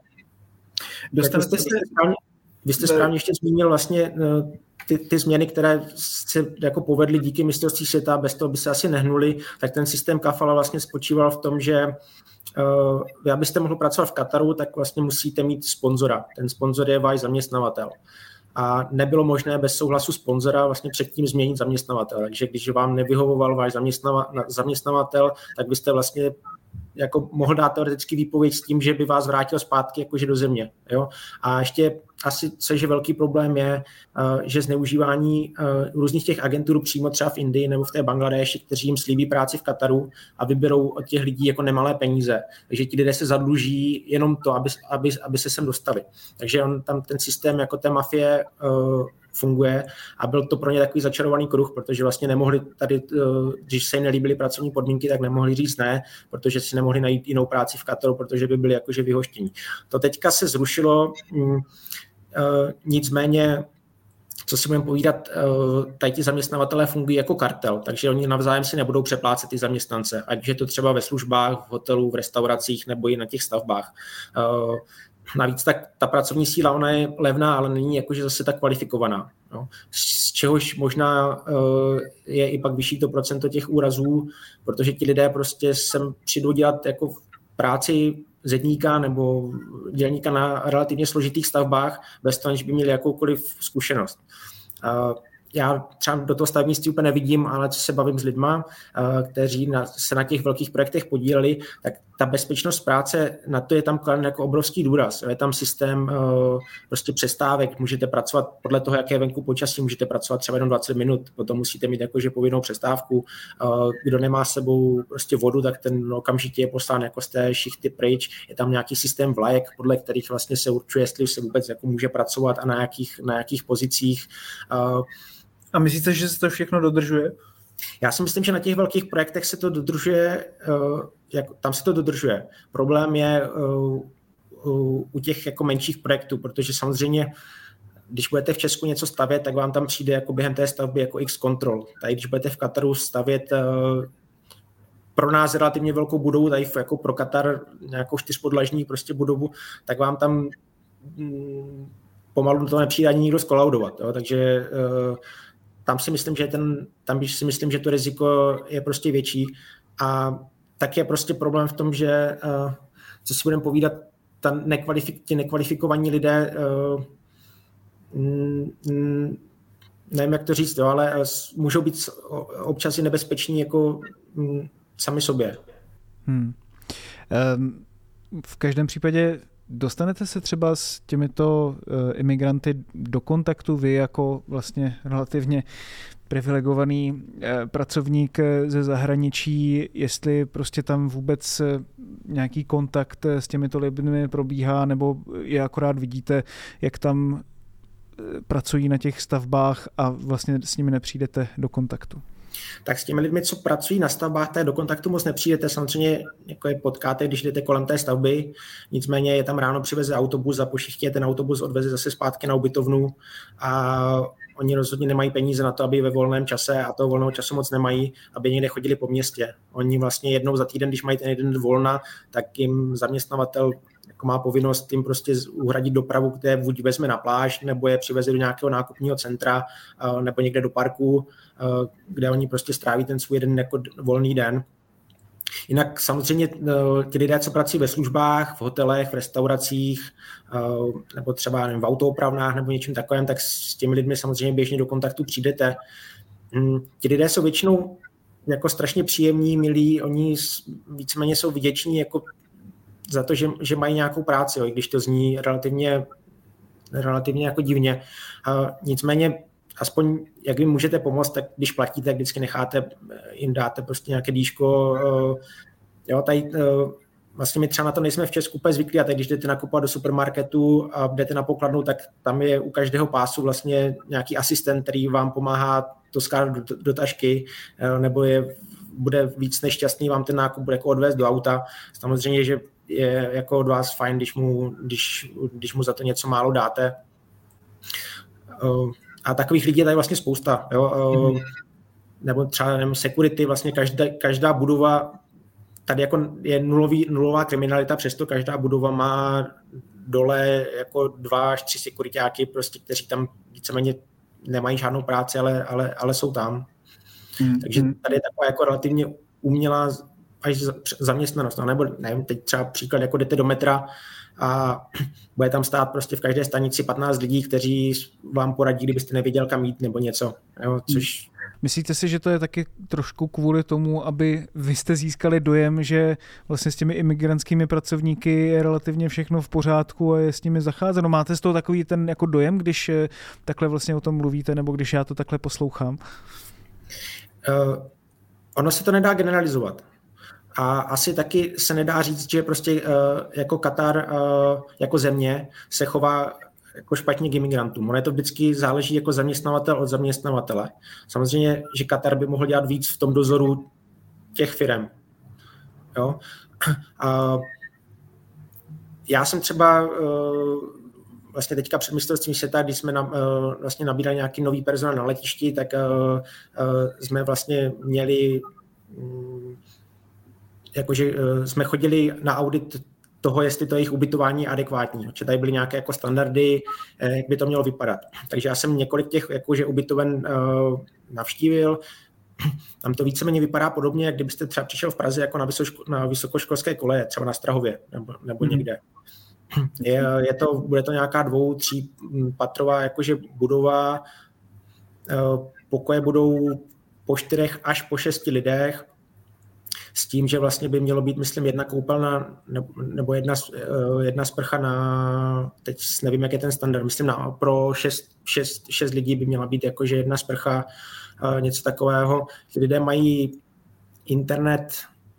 vy jste, jste správně, vy jste správně ještě zmínil vlastně ty, ty změny, které se jako povedly díky mistrovství světa, bez toho by se asi nehnuli, tak ten systém kafala vlastně spočíval v tom, že uh, vy abyste mohli pracovat v Kataru, tak vlastně musíte mít sponzora. Ten sponzor je váš zaměstnavatel. A nebylo možné bez souhlasu sponzora vlastně předtím změnit zaměstnavatel. Takže když vám nevyhovoval váš zaměstnavatel, tak byste vlastně jako mohl dát teoreticky výpověď s tím, že by vás vrátil zpátky jakože do země. Jo? A ještě asi, což je velký problém, je, že zneužívání různých těch agentur přímo třeba v Indii nebo v té Bangladeši, kteří jim slíbí práci v Kataru a vyberou od těch lidí jako nemalé peníze. Takže ti lidé se zadluží jenom to, aby, aby, aby se sem dostali. Takže on tam ten systém jako té mafie funguje a byl to pro ně takový začarovaný kruh, protože vlastně nemohli tady, když se jim nelíbily pracovní podmínky, tak nemohli říct ne, protože si nemohli najít jinou práci v Kataru, protože by byli jakože vyhoštění. To teďka se zrušilo, nicméně, co si budeme povídat, tady ti zaměstnavatelé fungují jako kartel, takže oni navzájem si nebudou přeplácet ty zaměstnance, ať je to třeba ve službách, v hotelu, v restauracích nebo i na těch stavbách. Navíc tak ta pracovní síla, ona je levná, ale není jakože zase tak kvalifikovaná. No. Z čehož možná uh, je i pak vyšší to procento těch úrazů, protože ti lidé prostě sem přijdou dělat jako práci zedníka nebo dělníka na relativně složitých stavbách, bez toho, že by měli jakoukoliv zkušenost. Uh, Já třeba do toho stavebnictví úplně nevidím, ale co se bavím s lidma, kteří na, se na těch velkých projektech podíleli, tak ta bezpečnost práce, na to je tam kladen jako obrovský důraz. Je tam systém prostě přestávek, můžete pracovat podle toho, jaké je venku počasí, můžete pracovat třeba jenom dvacet minut, potom musíte mít jakože povinnou přestávku. Kdo nemá s sebou prostě vodu, tak ten okamžitě je poslán jako z té šichty pryč. Je tam nějaký systém vlajek, podle kterých vlastně se určuje, jestli se vůbec jako může pracovat a na jakých, na jakých pozicích. A myslíte, že se to všechno dodržuje? Já si myslím, že na těch velkých projektech se to dodržuje, jak, tam se to dodržuje. Problém je u těch jako menších projektů, protože samozřejmě, když budete v Česku něco stavět, tak vám tam přijde jako během té stavby jako x kontrol. Tady, když budete v Kataru stavět pro nás relativně velkou budovu, tady jako pro Katar nějakou čtyřpodlažní prostě budovu, tak vám tam pomalu to nepřijde ani nikdo skolaudovat. Jo? Takže tam si myslím, že ten, tam si myslím, že to riziko je prostě větší a tak je prostě problém v tom, že co si budeme povídat, ta nekvalifik, ti nekvalifikovaní lidé mm, mm, nevím, jak to říct, jo, ale můžou být občas i nebezpeční jako mm, sami sobě. Hmm. Um, v každém případě dostanete se třeba s těmito uh, imigranty do kontaktu vy jako vlastně relativně privilegovaný uh, pracovník ze zahraničí, jestli prostě tam vůbec uh, nějaký kontakt s těmito lidmi probíhá, nebo je akorát vidíte, jak tam uh, pracují na těch stavbách a vlastně s nimi nepřijdete do kontaktu? Tak s těmi lidmi, co pracují na stavbách, tak do kontaktu moc nepřijdete. Samozřejmě jako je potkáte, když jdete kolem té stavby. Nicméně je tam ráno přiveze autobus a po šichtě ten autobus odveze zase zpátky na ubytovnu a oni rozhodně nemají peníze na to, aby ve volném čase, a toho volného času moc nemají, aby někde chodili po městě. Oni vlastně jednou za týden, když mají ten jeden volna, tak jim zaměstnavatel jako má povinnost jim prostě uhradit dopravu, které buď vezme na pláž, nebo je přiveze do nějakého nákupního centra, nebo někde do parku, kde oni prostě stráví ten svůj jeden jako volný den. Jinak samozřejmě ti lidé, co pracují ve službách, v hotelech, v restauracích, nebo třeba nevím, v autoopravnách nebo něčím takovém, tak s těmi lidmi samozřejmě běžně do kontaktu přijdete. Ti lidé jsou většinou jako strašně příjemní, milí, oni víceméně jsou vděční jako za to, že, že mají nějakou práci, jo, i když to zní relativně, relativně jako divně. Nicméně aspoň jak vy můžete pomoct, tak když platíte, tak vždycky necháte, jim dáte prostě nějaké dýško. Jo, tady vlastně my třeba na to nejsme v Česku úplně zvyklí, a tak když jdete nakupovat do supermarketu a jdete na pokladnu, tak tam je u každého pásu vlastně nějaký asistent, který vám pomáhá to skládat do, do tašky, nebo je, bude víc nešťastný, vám ten nákup bude jako odvést do auta. Samozřejmě, že je jako od vás fajn, když mu, když, když mu za to něco málo dáte. A takových lidí je tady vlastně spousta. Jo? Mm-hmm. Nebo třeba nevím, security, vlastně každá, každá budova, tady jako je nulový, nulová kriminalita, přesto každá budova má dole jako dva až tři sekuritáky, prostě, kteří tam víceméně nemají žádnou práci, ale, ale, ale jsou tam. Mm-hmm. Takže tady je taková jako relativně umělá až zaměstnanost. No, nebo nevím, teď třeba příklad, jako jdete do metra a bude tam stát prostě v každé stanici patnáct lidí, kteří vám poradí, kdybyste nevěděl, kam jít nebo něco. Jo, což... Myslíte si, že to je taky trošku kvůli tomu, aby vy jste získali dojem, že vlastně s těmi imigrantskými pracovníky je relativně všechno v pořádku a je s nimi zacházeno? Máte z toho takový ten jako dojem, když takhle vlastně o tom mluvíte, nebo když já to takhle poslouchám? Uh, ono se to nedá generalizovat. A asi taky se nedá říct, že prostě uh, jako Katar, uh, jako země se chová jako špatně k imigrantům. Ono je to vždycky záleží jako zaměstnavatel od zaměstnavatele. Samozřejmě, že Katar by mohl dělat víc v tom dozoru těch firem. Jo? A já jsem třeba uh, vlastně teďka před mistrovstvím světa, když jsme na, uh, vlastně nabírali nějaký nový personál na letišti, tak uh, uh, jsme vlastně měli um, jakože uh, jsme chodili na audit toho, jestli to jejich ubytování je adekvátní. Že tady byly nějaké jako standardy, jak by to mělo vypadat. Takže já jsem několik těch jakože ubytoven uh, navštívil. Tam to víceméně vypadá podobně, jak kdybyste třeba přišel v Praze jako na, vysoško, na vysokoškolské koleje, třeba na Strahově nebo, nebo mm. někde. Je, je to, bude to nějaká dvou, tří patrová jakože budova. Uh, pokoje budou po čtyřech až po šesti lidech, s tím, že vlastně by mělo být, myslím, jedna koupelna nebo jedna, jedna sprcha na, teď nevím, jak je ten standard, myslím, na, pro šest, šest, šest lidí by měla být jakože jedna sprcha, něco takového. Ti lidé mají internet,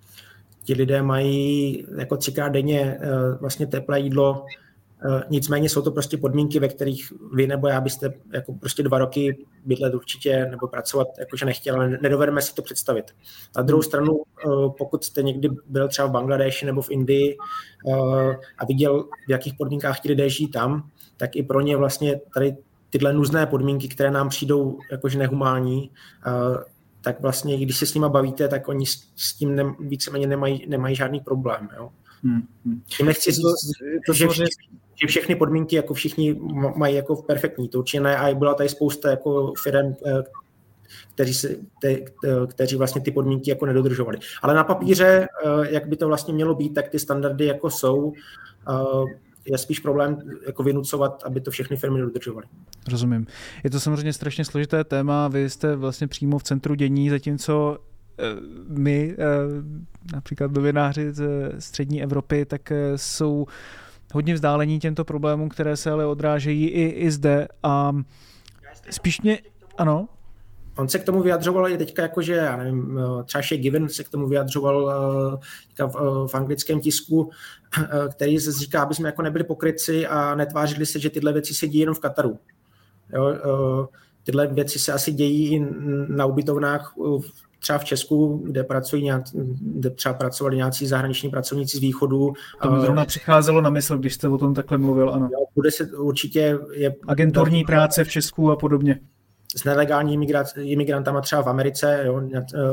ti lidé mají jako třikrát denně vlastně teplé jídlo, nicméně jsou to prostě podmínky, ve kterých vy nebo já byste jako prostě dva roky bydlet určitě nebo pracovat jakože nechtěl, ale nedovedeme si to představit. Na druhou stranu, pokud jste někdy byl třeba v Bangladeši nebo v Indii a viděl, v jakých podmínkách ti lidé žijí tam, tak i pro ně vlastně tady tyhle nuzné podmínky, které nám přijdou jakože nehumální, tak vlastně, když se s nima bavíte, tak oni s tím ne, víceméně nemají, nemají žádný problém. Jo? Hmm. Tím nechci říct, to, že, všichni, že všechny podmínky jako všichni mají jako perfektní, to určitě ne, a byla tady spousta jako firem, kteří, se, te, kteří vlastně ty podmínky jako nedodržovali. Ale na papíře, jak by to vlastně mělo být, tak ty standardy jako jsou, je spíš problém jako vynucovat, aby to všechny firmy dodržovaly. Rozumím. Je to samozřejmě strašně složité téma, vy jste vlastně přímo v centru dění, zatímco my, například novináři z střední Evropy, tak jsou hodně vzdálení těmto problémům, které se ale odrážejí i, i zde. A spíš mě, ano? On se k tomu vyjadřoval i teďka jakože, já nevím, třeba Shay Given se k tomu vyjadřoval v, v anglickém tisku, který se říká, aby jsme jako nebyli pokrytci a netvářili se, že tyhle věci se dějí jenom v Kataru. Jo, tyhle věci se asi dějí i na ubytovnách třeba v Česku, kde pracují nějak, kde třeba pracovali nějací zahraniční pracovníci z východu. To mi zrovna přicházelo na mysl, když jste o tom takhle mluvil, ano. Bude se určitě... Je agenturní práce v Česku a podobně. S nelegální imigrantama třeba v Americe, jo,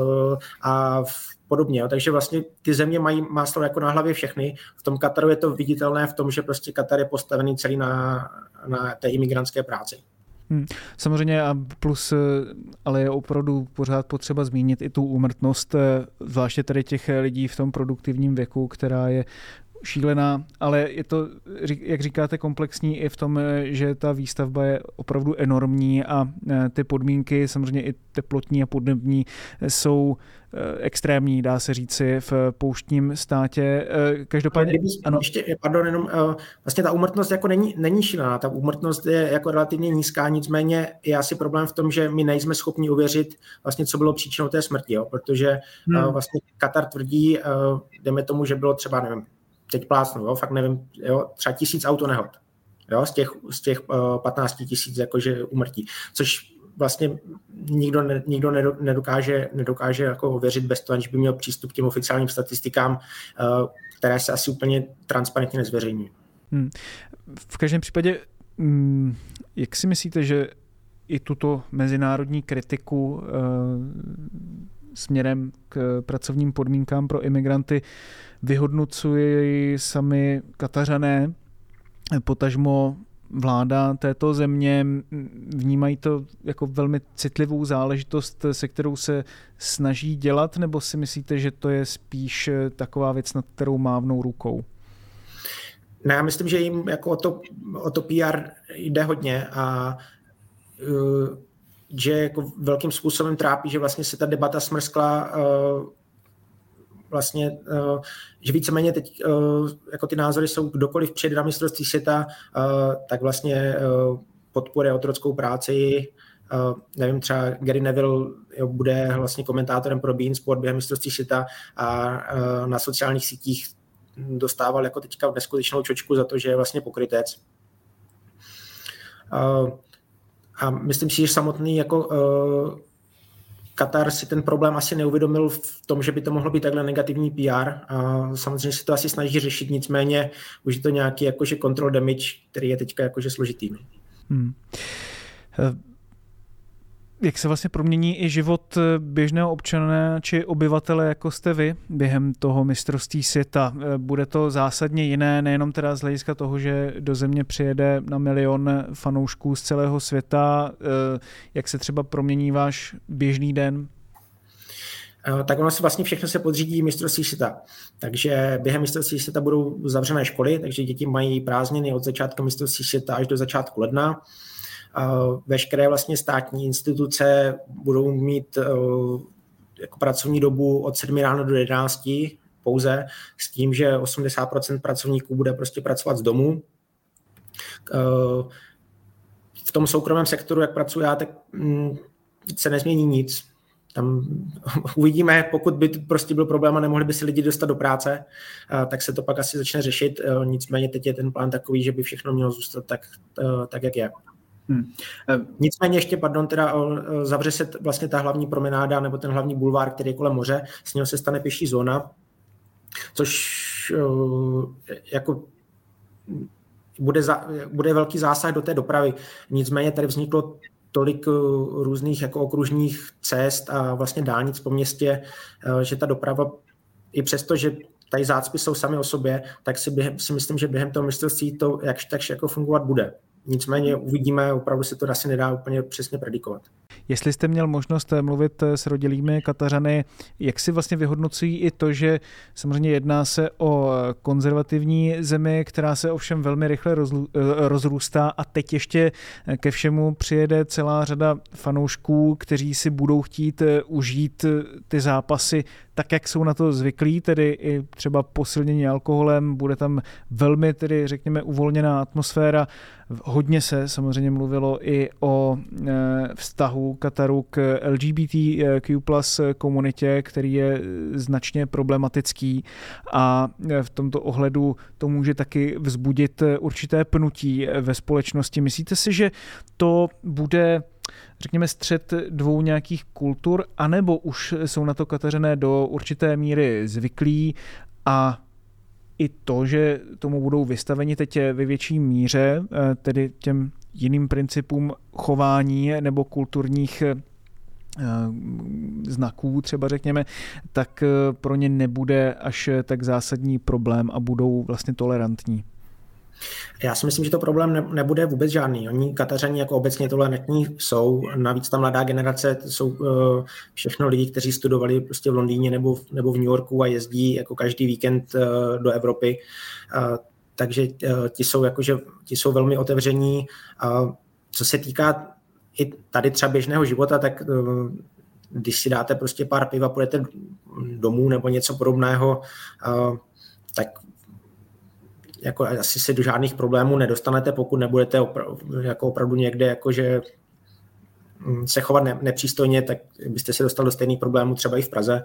a podobně. Jo. Takže vlastně ty země mají máslo jako na hlavě všechny. V tom Kataru je to viditelné v tom, že prostě Katar je postavený celý na, na té imigrantské práci. Hmm. Samozřejmě a plus, ale je opravdu pořád potřeba zmínit i tu úmrtnost, zvláště tady těch lidí v tom produktivním věku, která je šílená, ale je to, jak říkáte, komplexní i v tom, že ta výstavba je opravdu enormní a ty podmínky, samozřejmě i teplotní a podnební, jsou extrémní, dá se říci, v pouštním státě. Každopádně... Kdyby, ano. Ještě, pardon, jenom, vlastně ta úmrtnost jako není, není šílená, ta úmrtnost je jako relativně nízká, nicméně je asi problém v tom, že my nejsme schopni uvěřit vlastně, co bylo příčinou té smrti, jo, protože hmm. vlastně Katar tvrdí, jdeme tomu, že bylo třeba, nevím, teď plácnu, jo, fakt nevím, jo, třeba tisíc autonehod, jo, z těch, z těch uh, patnáct tisíc jakože úmrtí, což vlastně nikdo, ne, nikdo nedokáže, nedokáže jako ověřit bez toho, aniž by měl přístup k těm oficiálním statistikám, uh, které se asi úplně transparentně nezveřejní. Hmm. V každém případě, hm, jak si myslíte, že i tuto mezinárodní kritiku uh, směrem k pracovním podmínkám pro imigranty vyhodnocují sami Katařané, potažmo vláda této země, vnímají to jako velmi citlivou záležitost, se kterou se snaží dělat, nebo si myslíte, že to je spíš taková věc, nad kterou mávnou rukou? Ne, já myslím, že jim jako o to, o to P R jde hodně a uh, že jako velkým způsobem trápí, že vlastně se ta debata smrskla uh, vlastně, uh, že víceméně teď uh, jako ty názory jsou, kdokoliv přijede na mistrovství světa, uh, tak vlastně uh, podporuje otrockou práci. Uh, nevím, třeba Gary Neville jo, bude vlastně komentátorem pro beIN Sport během mistrovství světa a uh, na sociálních sítích dostával jako teďka neskutečnou čočku za to, že je vlastně pokrytec. Uh, A myslím si, že samotný jako uh, Katar si ten problém asi neuvědomil v tom, že by to mohlo být takhle negativní P R. A samozřejmě se to asi snaží řešit, nicméně už je to nějaký jakože control damage, který je teďka jakože složitý. Hmm. Jak se vlastně promění i život běžného občana či obyvatele, jako jste vy, během toho mistrovství světa? Bude to zásadně jiné, nejenom teda z hlediska toho, že do země přijede na milion fanoušků z celého světa. Jak se třeba promění váš běžný den? Tak ono se vlastně všechno se podřídí mistrovství světa. Takže během mistrovství světa budou zavřené školy, takže děti mají prázdniny od začátku mistrovství světa až do začátku ledna. Veškeré vlastně státní instituce budou mít jako pracovní dobu od sedmi ráno do jedenácti pouze, s tím, že osmdesát procent pracovníků bude prostě pracovat z domu. V tom soukromém sektoru, jak pracuji já, tak se nezmění nic. Tam uvidíme, pokud by to prostě byl problém a nemohli by si lidi dostat do práce, tak se to pak asi začne řešit. Nicméně teď je ten plán takový, že by všechno mělo zůstat tak, tak jak je. Hmm. Nicméně ještě, pardon, teda zavře se vlastně ta hlavní promenáda nebo ten hlavní bulvár, který je kolem moře, z něho se stane pěší zóna, což jako bude, za, bude velký zásah do té dopravy. Nicméně tady vzniklo tolik různých jako okružních cest a vlastně dálnic po městě, že ta doprava, i přesto, že tady zácpy jsou sami o sobě, tak si, během, si myslím, že během toho mistrovství to jakž takž jako fungovat bude. Nicméně uvidíme, opravdu se to asi nedá úplně přesně predikovat. Jestli jste měl možnost mluvit s rodilými Katařany, jak si vlastně vyhodnocují i to, že samozřejmě jedná se o konzervativní zemi, která se ovšem velmi rychle rozrůstá a teď ještě ke všemu přijede celá řada fanoušků, kteří si budou chtít užít ty zápasy tak, jak jsou na to zvyklí, tedy i třeba posilnění alkoholem, bude tam velmi tedy řekněme uvolněná atmosféra. Hodně se samozřejmě mluvilo i o vztahu Kataru k L G B T Q plus komunitě, který je značně problematický a v tomto ohledu to může taky vzbudit určité pnutí ve společnosti. Myslíte si, že to bude řekněme, střet dvou nějakých kultur, anebo už jsou na to Katařané do určité míry zvyklí a i to, že tomu budou vystaveni teď ve větší míře, tedy těm jiným principům chování nebo kulturních znaků třeba řekněme, tak pro ně nebude až tak zásadní problém a budou vlastně tolerantní. Já si myslím, že to problém ne, nebude vůbec žádný. Oni Katařani jako obecně tolerantní jsou, navíc ta mladá generace jsou uh, všechno lidi, kteří studovali prostě v Londýně nebo, nebo v New Yorku a jezdí jako každý víkend uh, do Evropy. Uh, takže uh, ti jsou jakože, ti jsou velmi otevření. Uh, co se týká i tady třeba běžného života, tak uh, když si dáte prostě pár piva, půjdete domů nebo něco podobného, uh, tak jako asi se do žádných problémů nedostanete, pokud nebudete opravdu, jako opravdu někde jakože se chovat ne, nepřístojně, tak byste se dostali do stejných problémů třeba i v Praze.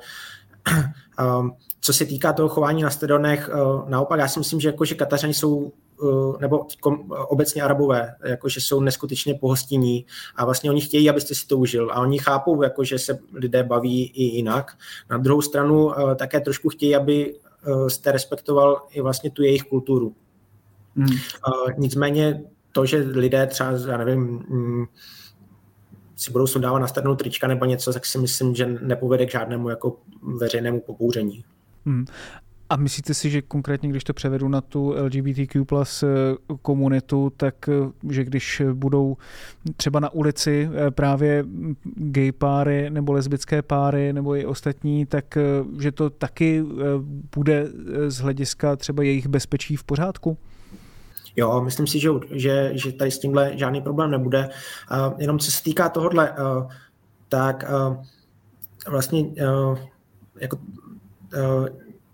Co se týká toho chování na stadionech, naopak já si myslím, že jakože Katařani jsou, nebo obecně Arabové, jakože jsou neskutečně pohostinní a vlastně oni chtějí, abyste si to užil a oni chápou, jakože se lidé baví i jinak. Na druhou stranu také trošku chtějí, aby jste respektoval i vlastně tu jejich kulturu. Hmm. Nicméně to, že lidé třeba, já nevím, si budou sundávat na stranou trička nebo něco, tak si myslím, že nepovede k žádnému jako veřejnému pobouření. Hmm. A myslíte si, že konkrétně, když to převedu na tu L G B T Q plus komunitu, tak že když budou třeba na ulici právě gay páry nebo lesbické páry nebo i ostatní, tak že to taky bude z hlediska třeba jejich bezpečí v pořádku? Jo, myslím si, že, že, že tady s tímhle žádný problém nebude. Uh, jenom co se týká tohohle, uh, tak uh, vlastně uh, jako uh,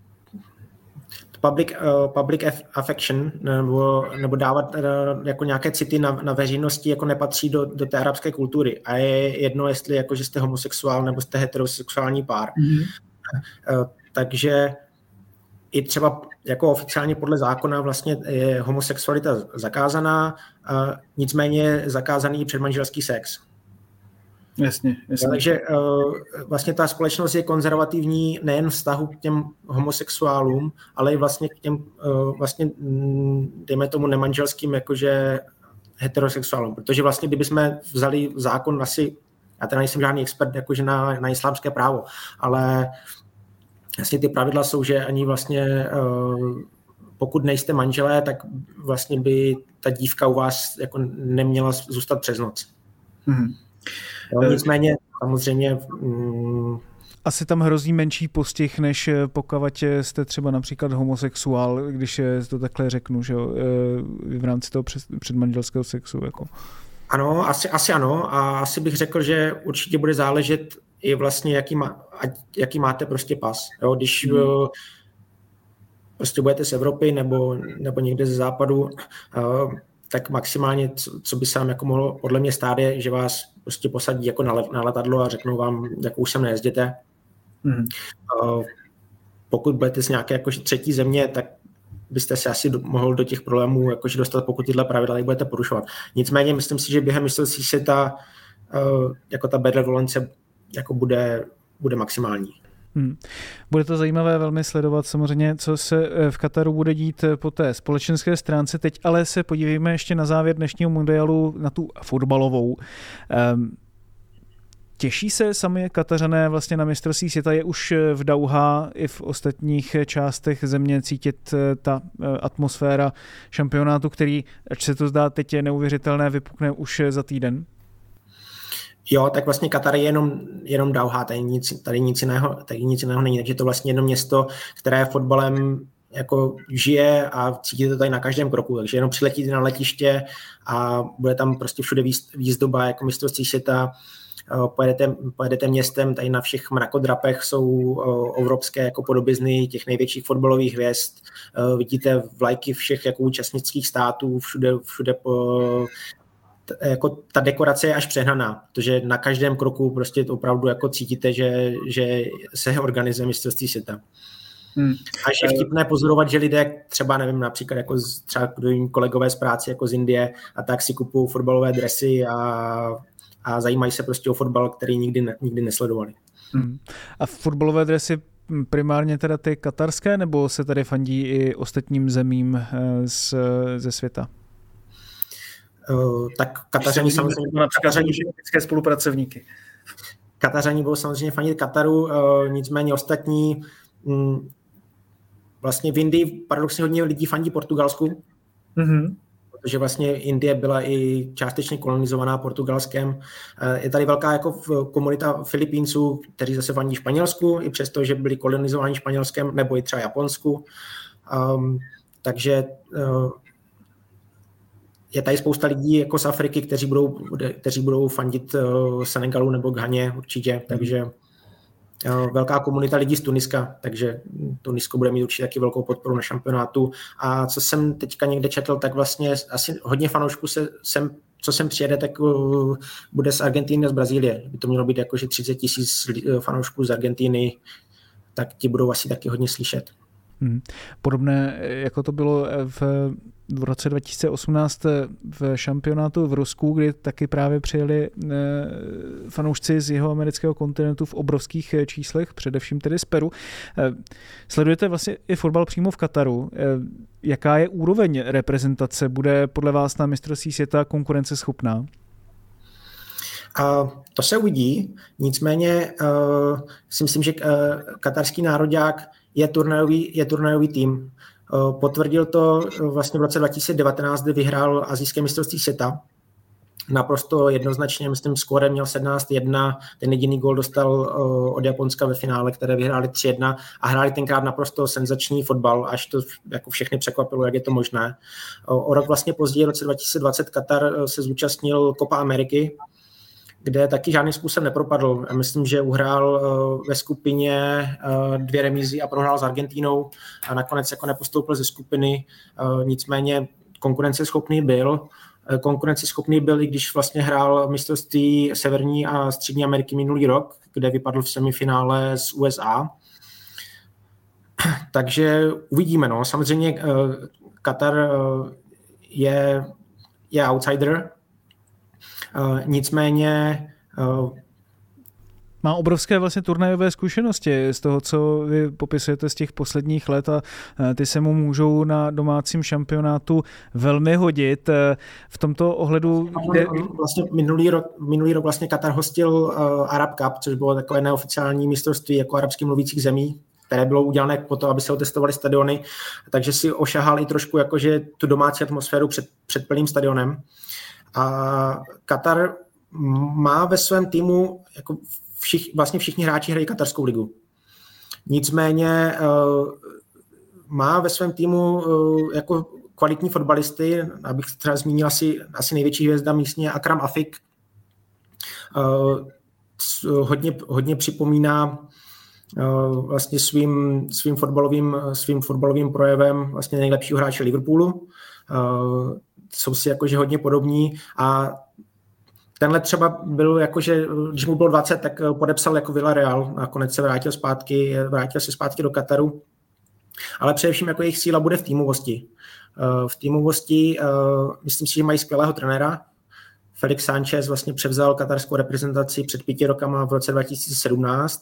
public, uh, public affection nebo, nebo dávat uh, jako nějaké city na, na veřejnosti jako nepatří do, do té arabské kultury. A je jedno, jestli jako, že jste homosexuál nebo jste heterosexuální pár. Mm-hmm. Uh, takže i třeba jako oficiálně podle zákona vlastně je homosexualita zakázaná, uh, nicméně zakázaný předmanželský sex. Jasně, jasně. Takže uh, vlastně ta společnost je konzervativní nejen vztahu k těm homosexuálům, ale i vlastně k těm uh, vlastně, dejme tomu nemanželským jakože heterosexuálům. Protože vlastně kdybychom vzali zákon asi, já teda nejsem žádný expert jakože na, na islámské právo, ale vlastně ty pravidla jsou, že ani vlastně uh, pokud nejste manželé, tak vlastně by ta dívka u vás jako neměla zůstat přes noc. Mm-hmm. No, nicméně samozřejmě mm, asi tam hrozí menší postih, než pokud jste třeba například homosexuál, když to takhle řeknu, že jo, v rámci toho předmanželského sexu. Jako. Ano, asi, asi ano a asi bych řekl, že určitě bude záležet i vlastně, jaký, má, jaký máte prostě pas. Jo, když hmm. prostě budete z Evropy nebo, nebo někde ze západu, tak maximálně, co, co by se vám jako mohlo podle mě stát, je, že vás prostě posadí jako na, na letadlo a řeknou vám, jak už sem nejezděte. Mm. Uh, pokud budete z nějaké jako třetí země, tak byste se asi do, mohl do těch problémů jakože dostat, pokud tyhle pravidla budete porušovat. Nicméně myslím si, že během mistrovství světa uh, jako ta benevolence jako bude, bude maximální. Hmm. Bude to zajímavé velmi sledovat samozřejmě, co se v Kataru bude dít po té společenské stránce. Teď ale se podívejme ještě na závěr dnešního mundialu na tu fotbalovou. Um, Těší se sami Katařané vlastně na mistrovství světa? Je už v Dauhá i v ostatních částech země cítit ta atmosféra šampionátu, který, ač se to zdá teď je neuvěřitelné, vypukne už za týden? Jo, tak vlastně Katar je jenom, jenom Dauhá, tady nic, tady nic jiného, tady nic jiného není, takže to vlastně jedno město, které fotbalem jako žije a cítíte to tady na každém kroku, takže jenom přiletíte na letiště a bude tam prostě všude výzdoba jako mistrovství světa, pojedete, pojedete městem, tady na všech mrakodrapech jsou evropské jako podobizny těch největších fotbalových hvězd, vidíte vlajky všech jako účastnických států, všude, všude po, jako ta dekorace je až přehnaná, protože na každém kroku prostě opravdu jako cítíte, že, že se organizuje mistrovství světa. Hmm. A je vtipné pozorovat, že lidé třeba, nevím, například jako třeba kolegové z práce jako z Indie a tak si kupují fotbalové dresy a a zajímají se prostě o fotbal, který nikdy, ne, nikdy nesledovali. Hmm. A fotbalové dresy primárně teda ty katarské, nebo se tady fandí i ostatním zemím z, ze světa? Uh, tak Katařani samozřejmě... Například politické spolupracovníky. Katařani budou samozřejmě fandit Kataru, uh, nicméně ostatní... Um, vlastně v Indii paradoxně hodně lidí fandí Portugalsku, mm-hmm. protože vlastně Indie byla i částečně kolonizovaná Portugalskem. Je tady velká jako komunita Filipínců, kteří zase fandí Španělsku, i přesto, že byli kolonizováni Španělskem, nebo i třeba Japonsku. Um, takže uh, je tady spousta lidí jako z Afriky, kteří budou, kteří budou fandit uh, Senegalu nebo Ghaně určitě, mm-hmm. takže velká komunita lidí z Tuniska, takže Tunisko bude mít určitě taky velkou podporu na šampionátu. A co jsem teďka někde četl, tak vlastně asi hodně fanoušků se sem, co sem přijede, tak uh, bude z Argentiny a z Brazílie. By to mělo být jakože třicet tisíc fanoušků z Argentiny, tak ti budou asi taky hodně slyšet. Hmm. Podobné, jako to bylo v, v roce dva tisíce osmnáct v šampionátu v Rusku, kdy taky právě přijeli e, fanoušci z jeho amerického kontinentu v obrovských číslech, především tedy z Peru. E, sledujete vlastně i fotbal přímo v Kataru. E, jaká je úroveň reprezentace? Bude podle vás na mistrovství světa konkurenceschopná? A to se uvidí, nicméně uh, si myslím, že uh, katarský nároďák je turnajový, je turnajový tým. Uh, potvrdil to uh, vlastně v roce dva tisíce devatenáct, kdy vyhrál asijské mistrovství světa. Naprosto jednoznačně, myslím, skórem měl sedmnáct jedna, ten jediný gól dostal uh, od Japonska ve finále, které vyhráli tři jedna a hráli tenkrát naprosto senzační fotbal, až to jako všechny překvapilo, jak je to možné. Uh, o rok vlastně později, v roce dva tisíce dvacet, Katar uh, se zúčastnil Copa Ameriky, kde taky žádným způsobem nepropadl. Já myslím, že uhrál uh, ve skupině uh, dvě remízy a prohrál s Argentínou a nakonec jako nepostoupil ze skupiny. Uh, nicméně konkurenceschopný byl. Uh, konkurenceschopný byl, i když vlastně hrál mistrovství Severní a Střední Ameriky minulý rok, kde vypadl v semifinále z U S A. Takže uvidíme. No. Samozřejmě uh, Katar uh, je, je outsider. Uh, nicméně uh, má obrovské vlastně turnajové zkušenosti z toho, co vy popisujete z těch posledních let a ty se mu můžou na domácím šampionátu velmi hodit. V tomto ohledu... Kde... Vlastně minulý rok, minulý rok vlastně Katar hostil uh, Arab Cup, což bylo takové neoficiální mistrovství jako arabsky mluvících zemí, které bylo udělané po to, aby se otestovaly stadiony, takže si ošahal i trošku jakože tu domácí atmosféru před, před plným stadionem. A Katar má ve svém týmu, jako všich, vlastně všichni hráči hrají katarskou ligu. Nicméně uh, má ve svém týmu uh, jako kvalitní fotbalisty, abych třeba zmínil asi, asi největší hvězda místně Akram Afik. Uh, hodně, hodně připomíná uh, vlastně svým, svým, fotbalovým, svým fotbalovým projevem vlastně nejlepšího hráče Liverpoolu. Uh, jsou si jakože hodně podobní a tenhle třeba byl jakože, když mu bylo dvacet, tak podepsal jako Villarreal, nakonec se vrátil zpátky, vrátil se zpátky do Kataru, ale především jako jejich síla bude v týmovosti. V týmovosti myslím si, že mají skvělého trenéra. Felix Sanchez vlastně převzal katarskou reprezentaci před pěti rokama v roce dva tisíce sedmnáct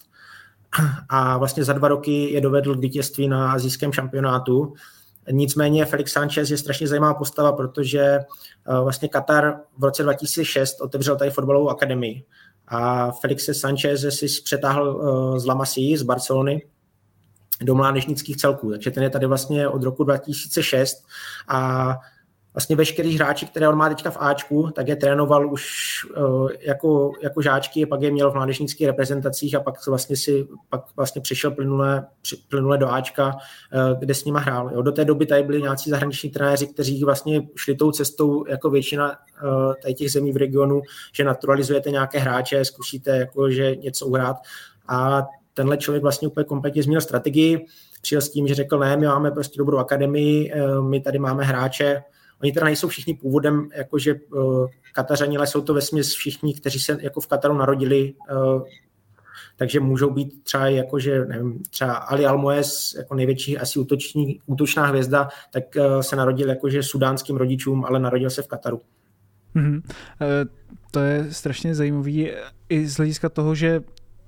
a vlastně za dva roky je dovedl k vítězství na asijském šampionátu. Nicméně Felix Sanchez je strašně zajímavá postava, protože vlastně Katar v roce dva tisíce šest otevřel tady fotbalovou akademii a Felix Sanchez si přetáhl z La Masie, z Barcelony, do mládežnických celků. Takže ten je tady vlastně od roku dva tisíce šest a vlastně veškerý hráči, které on má teďka v Ačku, tak je trénoval už uh, jako, jako žáčky, pak je měl v mládežnických reprezentacích a pak vlastně si pak vlastně přišel plynule, plynule do Ačka, uh, kde s nima hrál. Jo. Do té doby tady byli nějací zahraniční trenéři, kteří vlastně šli tou cestou jako většina uh, tady těch zemí v regionu, že naturalizujete nějaké hráče, zkusíte jako, že něco uhrát a tenhle člověk vlastně úplně kompletně změnil strategii, přijel s tím, že řekl, ne, my máme prostě dobrou akademii, uh, my tady máme hráče. Oni teda nejsou všichni původem jakože uh, Katařani, ale jsou to vesměs všichni, kteří se jako v Kataru narodili, uh, takže můžou být třeba jakože, nevím, třeba Ali Almoez, jako největší asi útoční, útočná hvězda, tak uh, se narodil jakože sudánským rodičům, ale narodil se v Kataru. Mm-hmm. To je strašně zajímavý i z hlediska toho, že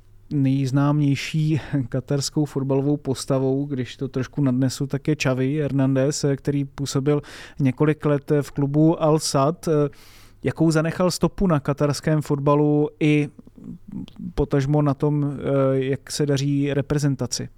nejznámější katarskou fotbalovou postavou, když to trošku nadnesu, tak je Xavi Hernández, který působil několik let v klubu Al-Sadd. Jakou zanechal stopu na katarském fotbalu i potažmo na tom, jak se daří reprezentaci?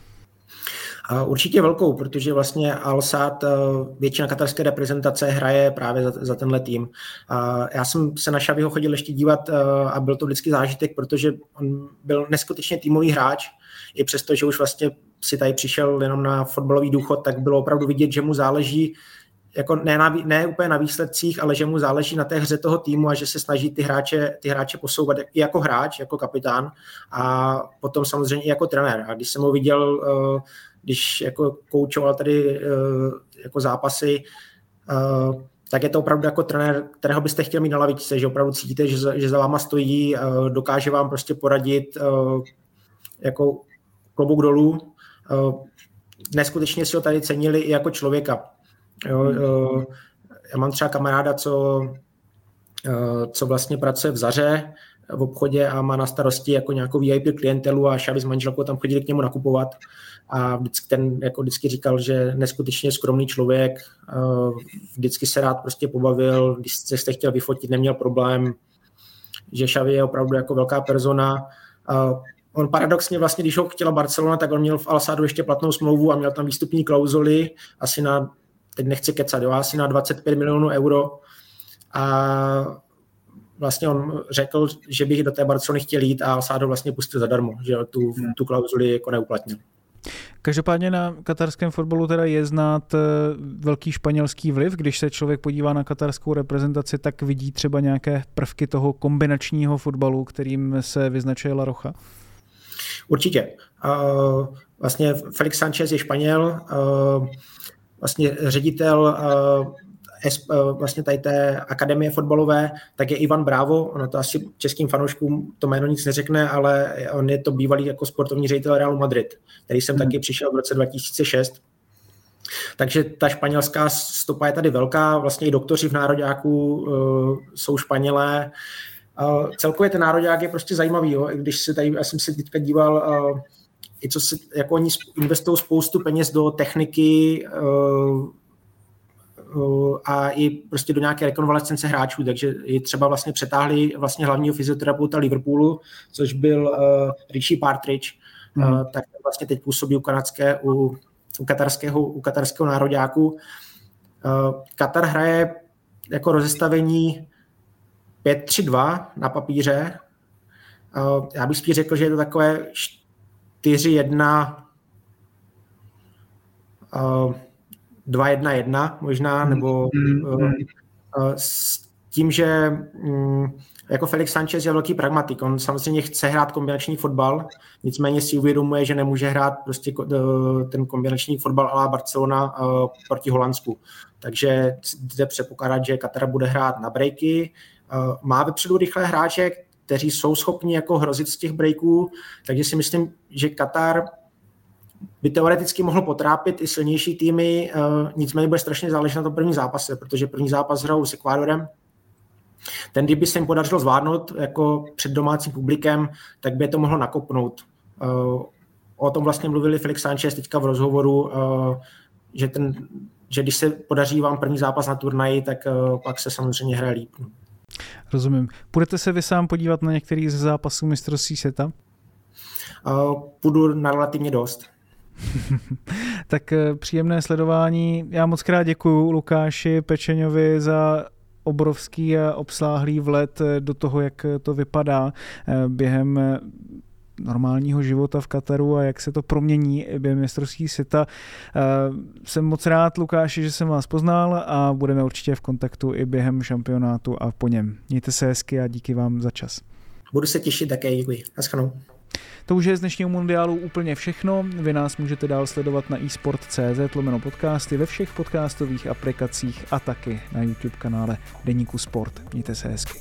Určitě velkou, protože vlastně Al-Sadd, většina katarské reprezentace hraje právě za, za tenhle tým. Já jsem se na Xaviho chodil ještě dívat a byl to vždycky zážitek, protože on byl neskutečně týmový hráč, i přesto, že už vlastně si tady přišel jenom na fotbalový důchod, tak bylo opravdu vidět, že mu záleží jako ne, na, ne úplně na výsledcích, ale že mu záleží na té hře toho týmu a že se snaží ty hráče, ty hráče posouvat i jako hráč, jako kapitán a potom samozřejmě i jako trenér. A když jsem ho viděl, když jako koučoval tady jako zápasy, tak je to opravdu jako trenér, kterého byste chtěl mít na lavičce, že opravdu cítíte, že za, že za váma stojí, dokáže vám prostě poradit jako klobouk dolů. Neskutečně si ho tady cenili i jako člověka. Jo, jo, já mám třeba kamaráda, co, co vlastně pracuje v Zaře v obchodě a má na starosti jako nějakou V I P klientelu a Xavi s manželkou tam chodili k němu nakupovat a vždycky, ten jako vždycky říkal, že neskutečně skromný člověk, vždycky se rád prostě pobavil, když jste chtěl vyfotit, neměl problém, že Xavi je opravdu jako velká persona. On paradoxně vlastně, když ho chtěla Barcelona, tak on měl v Al-Saddu ještě platnou smlouvu a měl tam výstupní klauzuly asi na, teď nechci kecat, jo, asi na dvacet pět milionů euro a vlastně on řekl, že bych do té Barcelony chtěl jít a Al-Saddu vlastně pustil zadarmo, že tu, tu klauzuli jako neuplatnil. Každopádně na katarském fotbalu teda je znát velký španělský vliv. Když se člověk podívá na katarskou reprezentaci, tak vidí třeba nějaké prvky toho kombinačního fotbalu, kterým se vyznačuje La Roja? Určitě. Uh, vlastně Felix Sanchez je Španěl, uh, vlastně ředitel uh, vlastně tady té akademie fotbalové, tak je Ivan Bravo, ono to asi českým fanouškům to jméno nic neřekne, ale on je to bývalý jako sportovní ředitel Realu Madrid, který jsem hmm. taky přišel v roce dva tisíce šest. Takže ta španělská stopa je tady velká, vlastně i doktoři v nároďáku uh, jsou Španělé. Uh, celkově ten nároďák je prostě zajímavý, jo? Když se tady, já jsem si teďka díval, uh, i co se, jako oni investují spoustu peněz do techniky, uh, a i prostě do nějaké rekonvalescence hráčů, takže i třeba vlastně přetáhli vlastně hlavního fyzioterapeuta Liverpoolu, což byl uh, Richie Partridge, mm. uh, tak vlastně teď působí u kanadské, u, u katarského, u katarského nároďáku. Uh, Katar hraje jako rozestavení pět tři dva na papíře. Uh, já bych spíš řekl, že je to takové čtyři jedna uh, dva jedna jedna možná, nebo mm, uh, uh, s tím, že um, jako Felix Sanchez je velký pragmatik, on samozřejmě chce hrát kombinační fotbal, nicméně si uvědomuje, že nemůže hrát prostě uh, ten kombinační fotbal a la Barcelona uh, proti Holandsku. Takže jde předpokládat, že Katar bude hrát na breaky, uh, má vepředu rychlé hráče, kteří jsou schopni jako hrozit z těch breaků, takže si myslím, že Katar by teoreticky mohl potrápit i silnější týmy, uh, nicméně bude strašně záležet na tom první zápase, protože první zápas hrajou s Ekvádorem. Ten, kdyby se jim podařilo zvládnout jako před domácím publikem, tak by je to mohlo nakopnout. Uh, o tom vlastně mluvili Felix Sanchez teďka v rozhovoru, uh, že, ten, že když se podaří vám první zápas na turnaji, tak uh, pak se samozřejmě hraje líp. Rozumím. Půjdete se vy sám podívat na některý z zápasů mistrovství světa? Uh, půjdu na relativně dost. Tak příjemné sledování. Já moc krát děkuju Lukáši Pečeňovi za obrovský a obsáhlý vlet do toho, jak to vypadá během normálního života v Kataru a jak se to promění během mistrovství světa. Jsem moc rád, Lukáši, že jsem vás poznal a budeme určitě v kontaktu i během šampionátu a po něm. Mějte se hezky a díky vám za čas. Budu se těšit také, děkuji. Naschledanou. To už je z dnešního mundiálu úplně všechno. Vy nás můžete dál sledovat na esport tečka cé zet lomeno podcasty ve všech podcastových aplikacích a taky na YouTube kanále Deníku Sport. Mějte se hezky.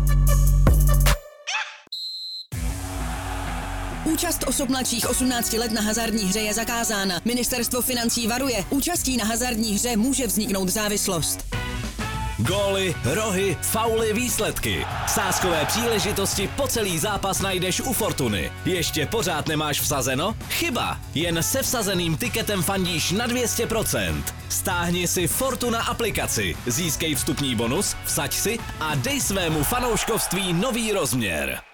Účast osob mladších osmnácti let na hazardní hře je zakázána. Ministerstvo financí varuje, účastí na hazardní hře může vzniknout závislost. Góly, rohy, fauly, výsledky. Sázkové příležitosti po celý zápas najdeš u Fortuny. Ještě pořád nemáš vsazeno? Chyba! Jen se vsazeným tiketem fandíš na dvě stě procent. Stáhni si Fortuna aplikaci, získej vstupní bonus, vsaď si a dej svému fanouškovství nový rozměr.